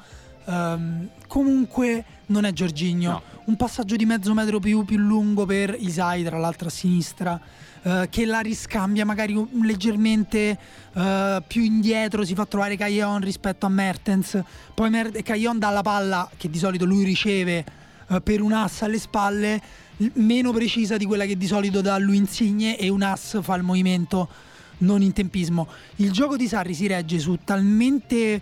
comunque non è Jorginho. No. Un passaggio di mezzo metro più lungo per Isai, tra l'altro a sinistra, che la riscambia magari leggermente più indietro, si fa trovare Caillon rispetto a Mertens, poi Caillon dà la palla che di solito lui riceve per un ass alle spalle, meno precisa di quella che di solito dà lui Insigne, e un ass fa il movimento non in tempismo. Il gioco di Sarri si regge su talmente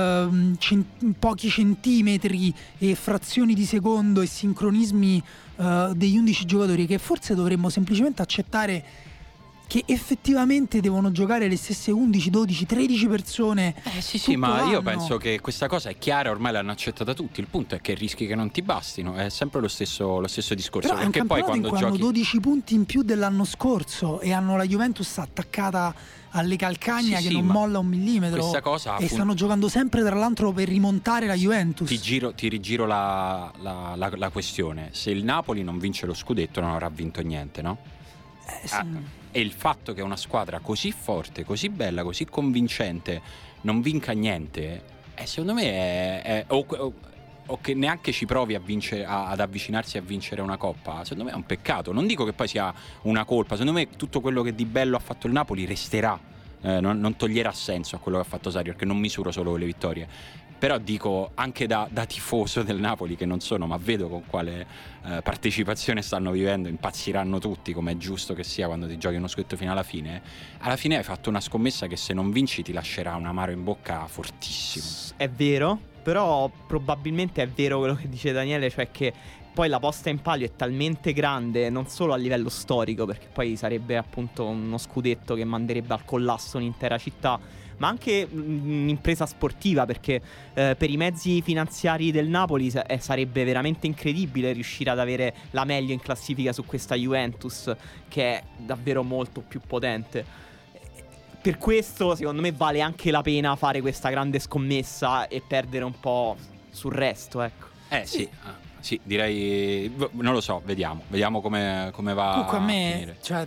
pochi centimetri e frazioni di secondo e sincronismi degli 11 giocatori, che forse dovremmo semplicemente accettare che effettivamente devono giocare le stesse 11, 12, 13 persone. Sì, ma io penso che questa cosa è chiara, ormai l'hanno accettata tutti. Il punto è che rischi che non ti bastino, è sempre lo stesso discorso. Però perché poi quando giochi hanno 12 punti in più dell'anno scorso e hanno la Juventus attaccata alle calcagna, che non molla un millimetro, questa cosa stanno giocando sempre tra l'altro per rimontare la Juventus. Ti rigiro la questione. Se il Napoli non vince lo scudetto non avrà vinto niente, no? Sì. E il fatto che una squadra così forte, così bella, così convincente non vinca niente, secondo me o che neanche ci provi ad avvicinarsi a vincere una coppa, secondo me è un peccato. Non dico che poi sia una colpa, secondo me tutto quello che di bello ha fatto il Napoli resterà, non toglierà senso a quello che ha fatto Sarri, perché non misuro solo le vittorie. Però dico, anche da tifoso del Napoli, che non sono, ma vedo con quale partecipazione stanno vivendo, impazziranno tutti, come è giusto che sia quando ti giochi uno scudetto fino alla fine hai fatto una scommessa che se non vinci ti lascerà un amaro in bocca fortissimo. È vero, però probabilmente è vero quello che dice Daniele, cioè che poi la posta in palio è talmente grande, non solo a livello storico, perché poi sarebbe appunto uno scudetto che manderebbe al collasso un'intera città, ma anche un'impresa sportiva, perché per i mezzi finanziari del Napoli sarebbe veramente incredibile riuscire ad avere la meglio in classifica su questa Juventus, che è davvero molto più potente. Per questo secondo me vale anche la pena fare questa grande scommessa e perdere un po' sul resto, ecco. Sì, direi, non lo so, vediamo come va. Comunque a me, cioè,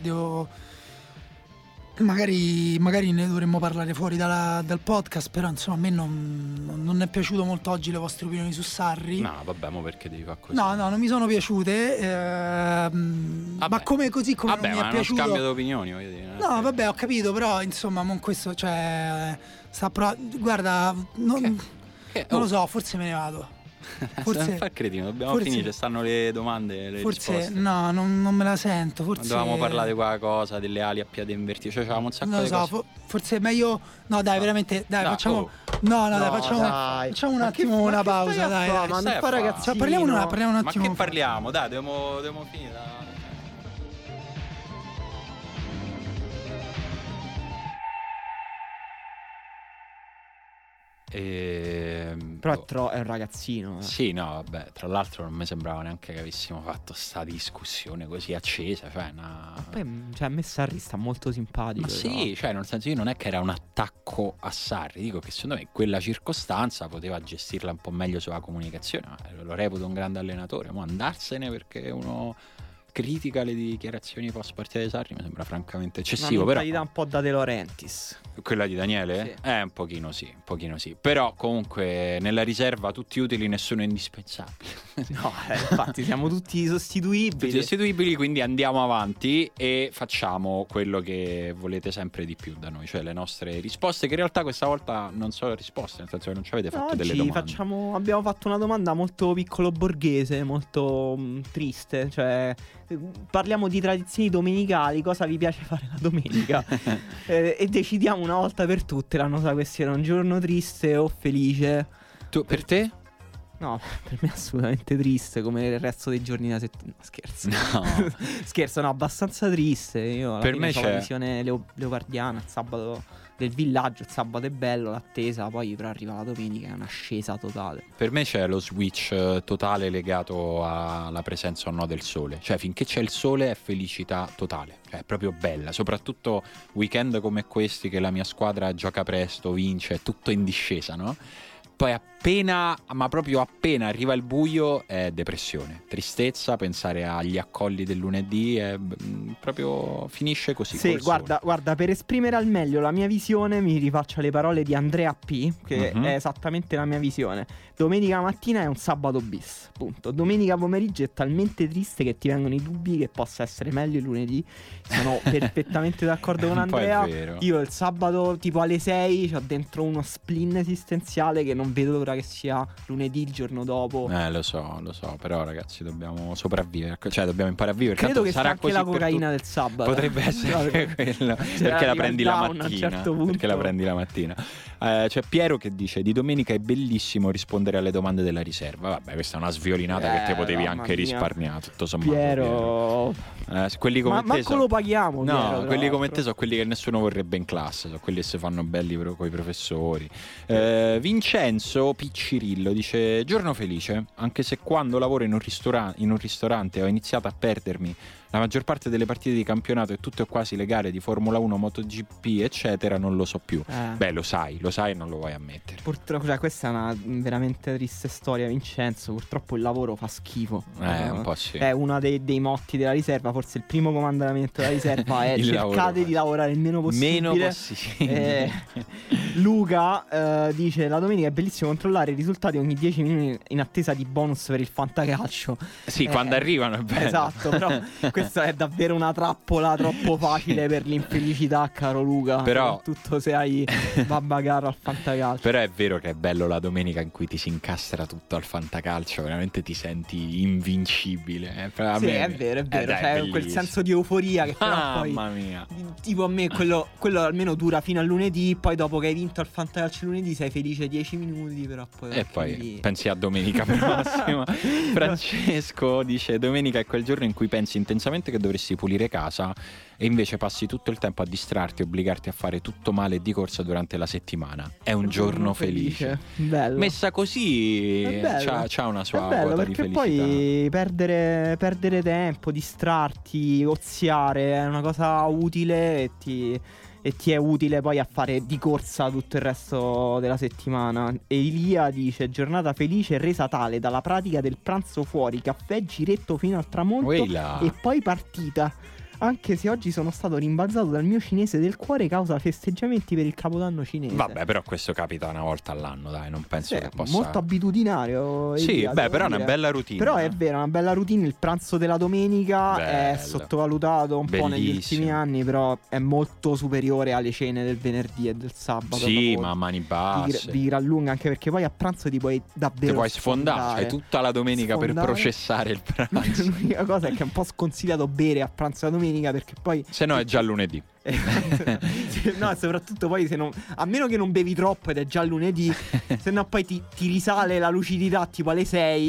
magari ne dovremmo parlare fuori dal podcast, però insomma a me non è piaciuto molto oggi le vostre opinioni su Sarri. No, vabbè, ma perché devi fare così? No, non mi sono piaciute, ma come non mi è piaciuto. Vabbè, ma è uno scambio di opinioni, voglio dire. No, vabbè, ho capito, però insomma, questo, cioè, guarda, non lo so, forse me ne vado. Forse non fa cretino, dobbiamo finire, stanno le domande, le risposte. No, non me la sento. Forse dovevamo parlare di quella cosa delle ali a piede invertite, cioè c'avevamo un sacco di cose. Forse è meglio. No, dai, veramente, dai, facciamo. Facciamo un attimo una pausa, dai. Ma non fa ragazzino. Cioè, parliamo un attimo. Ma che parliamo? Dai, dobbiamo finire. Però è un ragazzino. Sì, no, vabbè, tra l'altro non mi sembrava neanche che avessimo fatto sta discussione così accesa, cioè Poi, a me Sarri sta molto simpatico. Ma sì, cioè nel senso, io non è che era un attacco a Sarri, dico che secondo me in quella circostanza poteva gestirla un po' meglio sulla comunicazione, lo reputo un grande allenatore, ma andarsene perché uno critica le dichiarazioni post partita di Sarri mi sembra francamente eccessivo. Però gli dà un po' da De Laurentiis. Quella di Daniele? Sì. Un pochino sì. Però comunque nella riserva tutti utili, nessuno indispensabile. No, infatti siamo tutti sostituibili. Quindi andiamo avanti e facciamo quello che volete sempre di più da noi, cioè le nostre risposte, che in realtà questa volta non sono risposte, nel senso che non ci avete fatto delle domande. Abbiamo fatto una domanda molto piccolo borghese, molto triste, cioè parliamo di tradizioni domenicali, cosa vi piace fare la domenica e decidiamo una volta per tutte la nostra questione, un giorno triste o felice. Per te? No, per me è assolutamente triste, come il resto dei giorni della settimana. Scherzo. No. Scherzo, no, abbastanza triste. Io alla Per fine me c'ho c'è la visione leopardiana, il sabato del villaggio, il sabato è bello, l'attesa, poi però arriva la domenica, è un'ascesa totale. Per me c'è lo switch totale legato alla presenza o no del sole. Cioè, finché c'è il sole è felicità totale. Cioè, è proprio bella. Soprattutto weekend come questi, che la mia squadra gioca presto, vince, è tutto in discesa, no? Poi appena, ma proprio appena arriva il buio è depressione, tristezza, pensare agli accolli del lunedì, proprio finisce così. Sì, guarda, per esprimere al meglio la mia visione mi rifaccio le parole di Andrea P, che è esattamente la mia visione. Domenica mattina è un sabato bis, punto. Domenica pomeriggio è talmente triste che ti vengono i dubbi che possa essere meglio il lunedì. Sono perfettamente d'accordo con Andrea. Io il sabato tipo alle 6 c'ho dentro uno spleen esistenziale che non vedo l'ora che sia lunedì il giorno dopo. Lo so, però ragazzi dobbiamo sopravvivere, cioè dobbiamo imparare a vivere. Credo che sarà anche così la cocaina del sabato. Potrebbe essere quello, perché la prendi la mattina, certo punto. Perché la prendi la mattina. C'è Piero che dice: di domenica è bellissimo rispondere alle domande della riserva. Vabbè, questa è una sviolinata che te potevi anche risparmiare, tutto sommato. Piero. Quelli come te manco lo paghiamo. No, Piero, quelli come te sono quelli che nessuno vorrebbe in classe, sono quelli che si fanno belli con i professori. Vincenzo Piccirillo dice: giorno felice, anche se quando lavoro in un ristorante ho iniziato a perdermi la maggior parte delle partite di campionato e tutte o quasi le gare di Formula 1, MotoGP eccetera non lo so più. Beh, lo sai e non lo vuoi ammettere. Purtroppo, cioè, questa è una veramente triste storia, Vincenzo. Purtroppo il lavoro fa schifo. Un po' sì. È uno dei motti della riserva. Forse il primo comandamento della riserva è cercate di lavorare il meno possibile. Luca dice: la domenica è bellissimo controllare i risultati ogni 10 minuti in attesa di bonus per il fantacalcio. Sì, quando arrivano è bello. Esatto, però questa è davvero una trappola troppo facile per l'infelicità, caro Luca. Però, soprattutto se hai babba caro al fantacalcio. Però è vero che è bello la domenica in cui ti si incastra tutto al fantacalcio, veramente ti senti invincibile. Sì, è vero. C'è quel senso di euforia che però poi, mamma mia, tipo a me quello almeno dura fino al lunedì. Poi dopo che hai vinto al fantacalcio lunedì sei felice 10 minuti, però poi e poi pensi a domenica prossima. Francesco dice: domenica è quel giorno in cui pensi intensamente che dovresti pulire casa e invece passi tutto il tempo a distrarti e obbligarti a fare tutto male e di corsa durante la settimana. È un giorno felice. Bello. Messa così c'ha una sua quota di felicità. Poi perdere tempo, distrarti, oziare è una cosa utile e ti è utile poi a fare di corsa tutto il resto della settimana. Elia dice: giornata felice resa tale dalla pratica del pranzo fuori, caffè, giretto fino al tramonto e poi partita. Anche se oggi sono stato rimbalzato dal mio cinese del cuore causa festeggiamenti per il capodanno cinese. Vabbè, però questo capita una volta all'anno, dai, non penso che possa. Molto abitudinario. Sì, però è una bella routine. Però è vero, una bella routine. Il pranzo della domenica è sottovalutato un po' negli ultimi anni, però è molto superiore alle cene del venerdì e del sabato. Sì, ma a mani basse. Di gran lunga, anche perché poi a pranzo ti puoi davvero sfondare. C'hai tutta la domenica per processare il pranzo. L'unica cosa è che è un po' sconsigliato bere a pranzo la domenica, perché poi se no è già lunedì. No, soprattutto poi se non, a meno che non bevi troppo ed è già lunedì, se no poi ti risale la lucidità tipo alle 6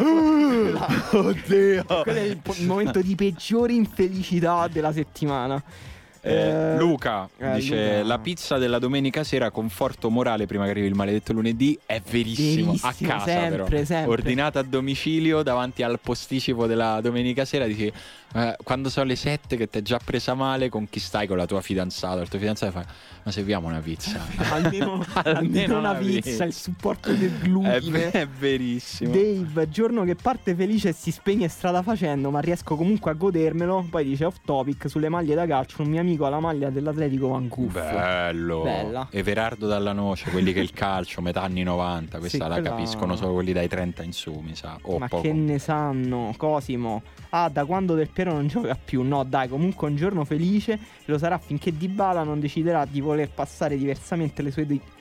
oddio, quello è il momento di peggiore infelicità della settimana. Luca dice: la pizza della domenica sera, conforto morale prima che arrivi il maledetto lunedì. È verissimo, a casa sempre, però ordinata a domicilio davanti al posticipo della domenica sera. Dici quando sono le 7 che ti è già presa male, con chi stai? Con la tua fidanzata, il tuo fidanzato fa: ma serviamo una pizza. almeno una pizza, il supporto del glutine. È verissimo. Dave: giorno che parte felice e si spegne strada facendo, ma riesco comunque a godermelo. Poi dice: off topic, sulle maglie da calcio un mio amico ha la maglia dell'Atletico Vancouver. Bello. Bella. Everardo Dalla Noce, quelli che il calcio metà anni 90. Questa la capiscono solo quelli dai 30 in su, mi sa. Ma poco. Che ne sanno? Cosimo: da quando Del Piero non gioca più. No dai, comunque un giorno felice lo sarà finché Dybala non deciderà di voler passare diversamente le sue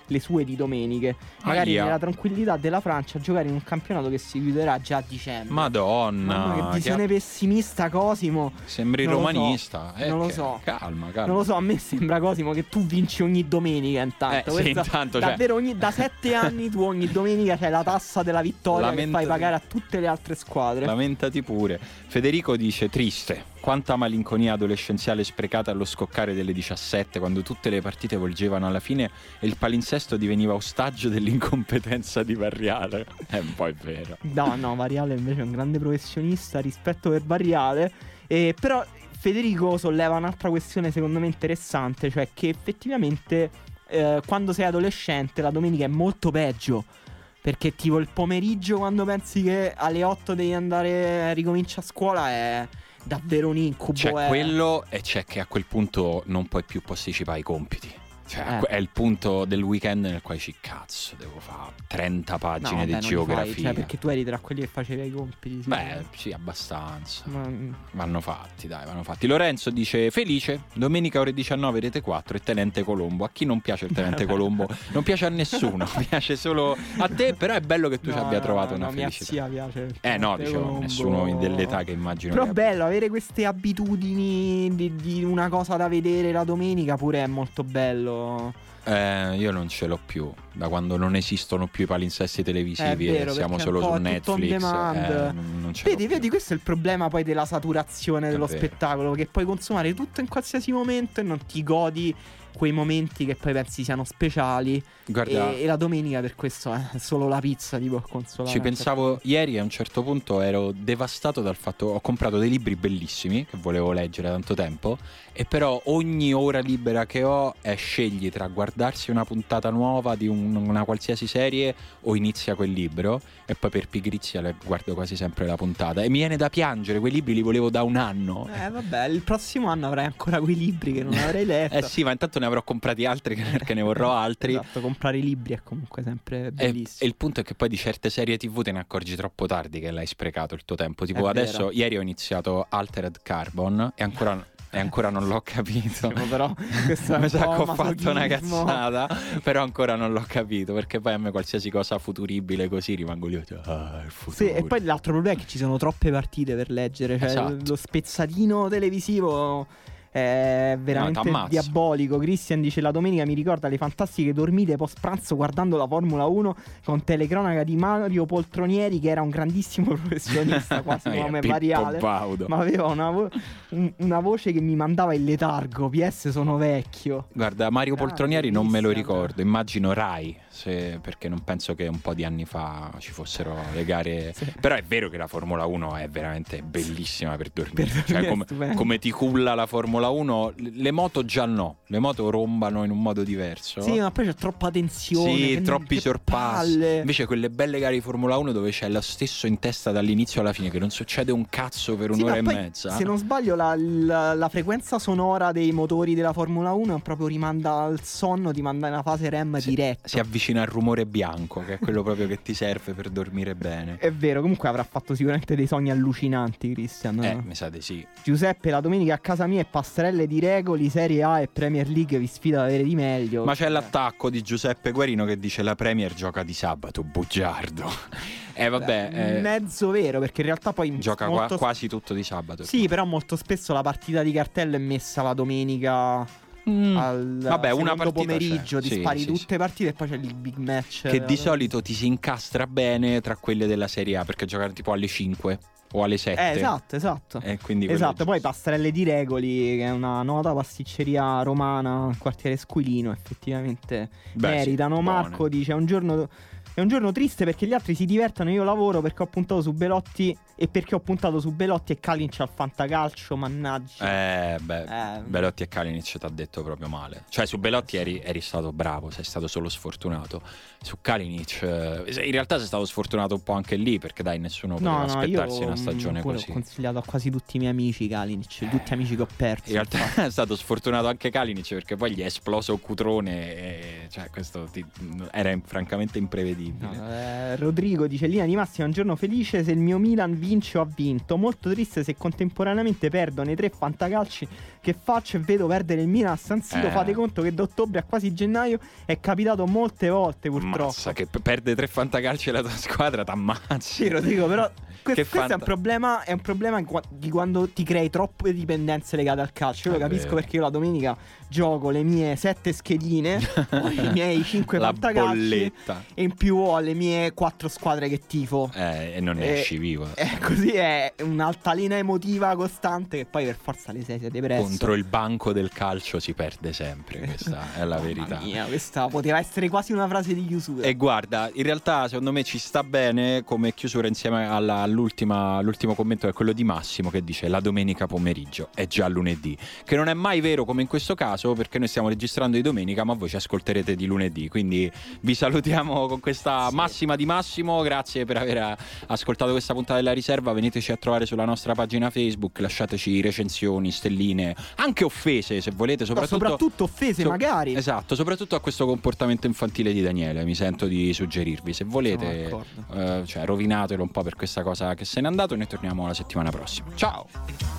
le sue di domeniche, magari nella tranquillità della Francia, giocare in un campionato che si chiuderà già a dicembre. Madonna, che visione pessimista, Cosimo. Sembri romanista. Non lo so. Calma. Non lo so, a me sembra, Cosimo, che tu vinci ogni domenica intanto. Sì, intanto davvero da 7 anni tu ogni domenica c'hai la tassa della vittoria che fai pagare a tutte le altre squadre. Lamentati pure. Federico dice: triste. Quanta malinconia adolescenziale sprecata allo scoccare delle 17, quando tutte le partite volgevano alla fine e il palinsesto diveniva ostaggio dell'incompetenza di Varriale. Un po' è vero. No, Varriale invece è un grande professionista, rispetto per Varriale. Però Federico solleva un'altra questione secondo me interessante, cioè che effettivamente quando sei adolescente la domenica è molto peggio. Perché tipo il pomeriggio, quando pensi che alle 8 devi andare, ricomincia a scuola, è davvero un incubo. C'è quello, e c'è che a quel punto non puoi più posticipare i compiti. Cioè è il punto del weekend nel quale cazzo, devo fare 30 pagine di geografia. Cioè, perché tu eri tra quelli che faceva i compiti. Sì, abbastanza. Vanno fatti. Lorenzo dice: felice, domenica ore 19 Rete 4 e Tenente Colombo. A chi non piace il Tenente Colombo? Non piace a nessuno, piace solo a te, però è bello che tu ci abbia trovato una felicità. Mia zia piace. Dicevo, Colombo. Nessuno dell'età che immagino. Però è bello avere queste abitudini di una cosa da vedere la domenica, pure è molto bello. Io non ce l'ho più da quando non esistono più i palinsesti televisivi e siamo solo su Netflix. Non ce vedi, questo è il problema poi della saturazione dello spettacolo, che puoi consumare tutto in qualsiasi momento e non ti godi quei momenti che poi pensi siano speciali. Guarda, e la domenica per questo è solo la pizza ti può consolare. Ci pensavo ieri, a un certo punto ero devastato dal fatto, ho comprato dei libri bellissimi che volevo leggere da tanto tempo, e però ogni ora libera che ho scegli tra guardarsi una puntata nuova di una qualsiasi serie o inizia quel libro, e poi per pigrizia guardo quasi sempre la puntata e mi viene da piangere. Quei libri li volevo da un anno. Vabbè, il prossimo anno avrai ancora quei libri che non avrei letto. Sì, ma intanto ne avrò comprati altri perché ne vorrò altri. Esatto, comprare i libri è comunque sempre bellissimo. E il punto è che poi di certe serie TV te ne accorgi troppo tardi che l'hai sprecato il tuo tempo. Tipo adesso, ieri ho iniziato Altered Carbon e ancora non l'ho capito. Però mi sa che ho fatto una cazzata, però ancora non l'ho capito, perché poi a me qualsiasi cosa futuribile così rimango lì il futuro. Sì, e poi l'altro problema è che ci sono troppe partite per leggere, cioè esatto. Lo spezzatino televisivo è veramente diabolico. Christian dice: la domenica mi ricorda le fantastiche dormite post pranzo guardando la Formula 1 con telecronaca di Mario Poltronieri, che era un grandissimo professionista, quasi come Variale, ma aveva una voce che mi mandava in letargo. PS sono vecchio. Guarda, Mario Poltronieri non me lo ricordo, immagino Rai, perché non penso che un po' di anni fa ci fossero le gare. Sì. Però è vero che la Formula 1 è veramente bellissima per dormire, cioè come ti culla la Formula 1. Le moto già no, le moto rombano in un modo diverso. Sì, ma poi c'è troppa tensione, troppi sorpassi. Invece quelle belle gare di Formula 1 dove c'è lo stesso in testa dall'inizio alla fine, che non succede un cazzo per un'ora e mezza. Se non sbaglio la frequenza sonora dei motori della Formula 1 proprio rimanda al sonno, ti manda in una fase REM diretta. Si avvicina al rumore bianco, che è quello proprio che ti serve per dormire bene. È vero, comunque avrà fatto sicuramente dei sogni allucinanti, Christian. Mi sa di sì. Giuseppe, la domenica a casa mia è pastrelle di regoli, Serie A e Premier League vi sfida ad avere di meglio. Ma c'è l'attacco di Giuseppe Guarino che dice: la Premier gioca di sabato, bugiardo. Vabbè, mezzo vero, perché in realtà poi gioca quasi tutto di sabato. Sì, però molto spesso la partita di cartello è messa la domenica vabbè, una partita pomeriggio, ti spari tutte le partite e poi c'è il big match che di solito ti si incastra bene tra quelle della Serie A, perché giocano tipo alle 5 o alle 7. Esatto. E quindi poi Pastrelle di Regoli, che è una nota pasticceria romana al quartiere Squilino, effettivamente meritano. Marco dice: è un giorno triste perché gli altri si divertono, io lavoro perché ho puntato su Belotti e Kalinic al fantacalcio, mannaggia. Belotti e Kalinic t'ha detto proprio male. Cioè su Belotti eri stato bravo, sei stato solo sfortunato. Su Kalinic in realtà sei stato sfortunato un po' anche lì, perché dai, nessuno poteva aspettarsi una stagione così. Ho consigliato a quasi tutti i miei amici Kalinic, tutti amici che ho perso. In realtà è stato sfortunato anche Kalinic, perché poi gli è esploso Cutrone cioè questo era francamente imprevedibile. incredibile. Rodrigo dice: linea di massima, un giorno felice se il mio Milan vince o ha vinto, molto triste se contemporaneamente perdo nei 3 fantacalci che faccio e vedo perdere il Milan a San Siro. Fate conto che da ottobre a quasi gennaio è capitato molte volte, purtroppo. Mazza, che perde 3 fantacalci la tua squadra, t'ammazzi. Sì, Rodrigo, però questo è un problema di quando ti crei troppe dipendenze legate al calcio. Io lo capisco, perché io la domenica gioco le mie 7 schedine, i miei 5 fantacalci e in più ho le mie 4 squadre che tifo, e non ne esci vivo. Così è un'altalena emotiva costante che poi per forza alle 6 sei depresso. Contro il banco del calcio si perde sempre, questa è la verità. Mamma mia, questa poteva essere quasi una frase di chiusura. E guarda, in realtà secondo me ci sta bene come chiusura, insieme all'ultimo commento, che è quello di Massimo, che dice la domenica pomeriggio è già lunedì, che non è mai vero come in questo caso, perché noi stiamo registrando di domenica ma voi ci ascolterete di lunedì, quindi vi salutiamo con questa massima di Massimo. Grazie per aver ascoltato questa puntata della riserva. Veniteci a trovare sulla nostra pagina Facebook, lasciateci recensioni, stelline, anche offese se volete, soprattutto offese magari. Esatto, soprattutto a questo comportamento infantile di Daniele mi sento di suggerirvi, se volete, rovinatelo un po' per questa cosa che se n'è andato, e noi torniamo la settimana prossima. Ciao.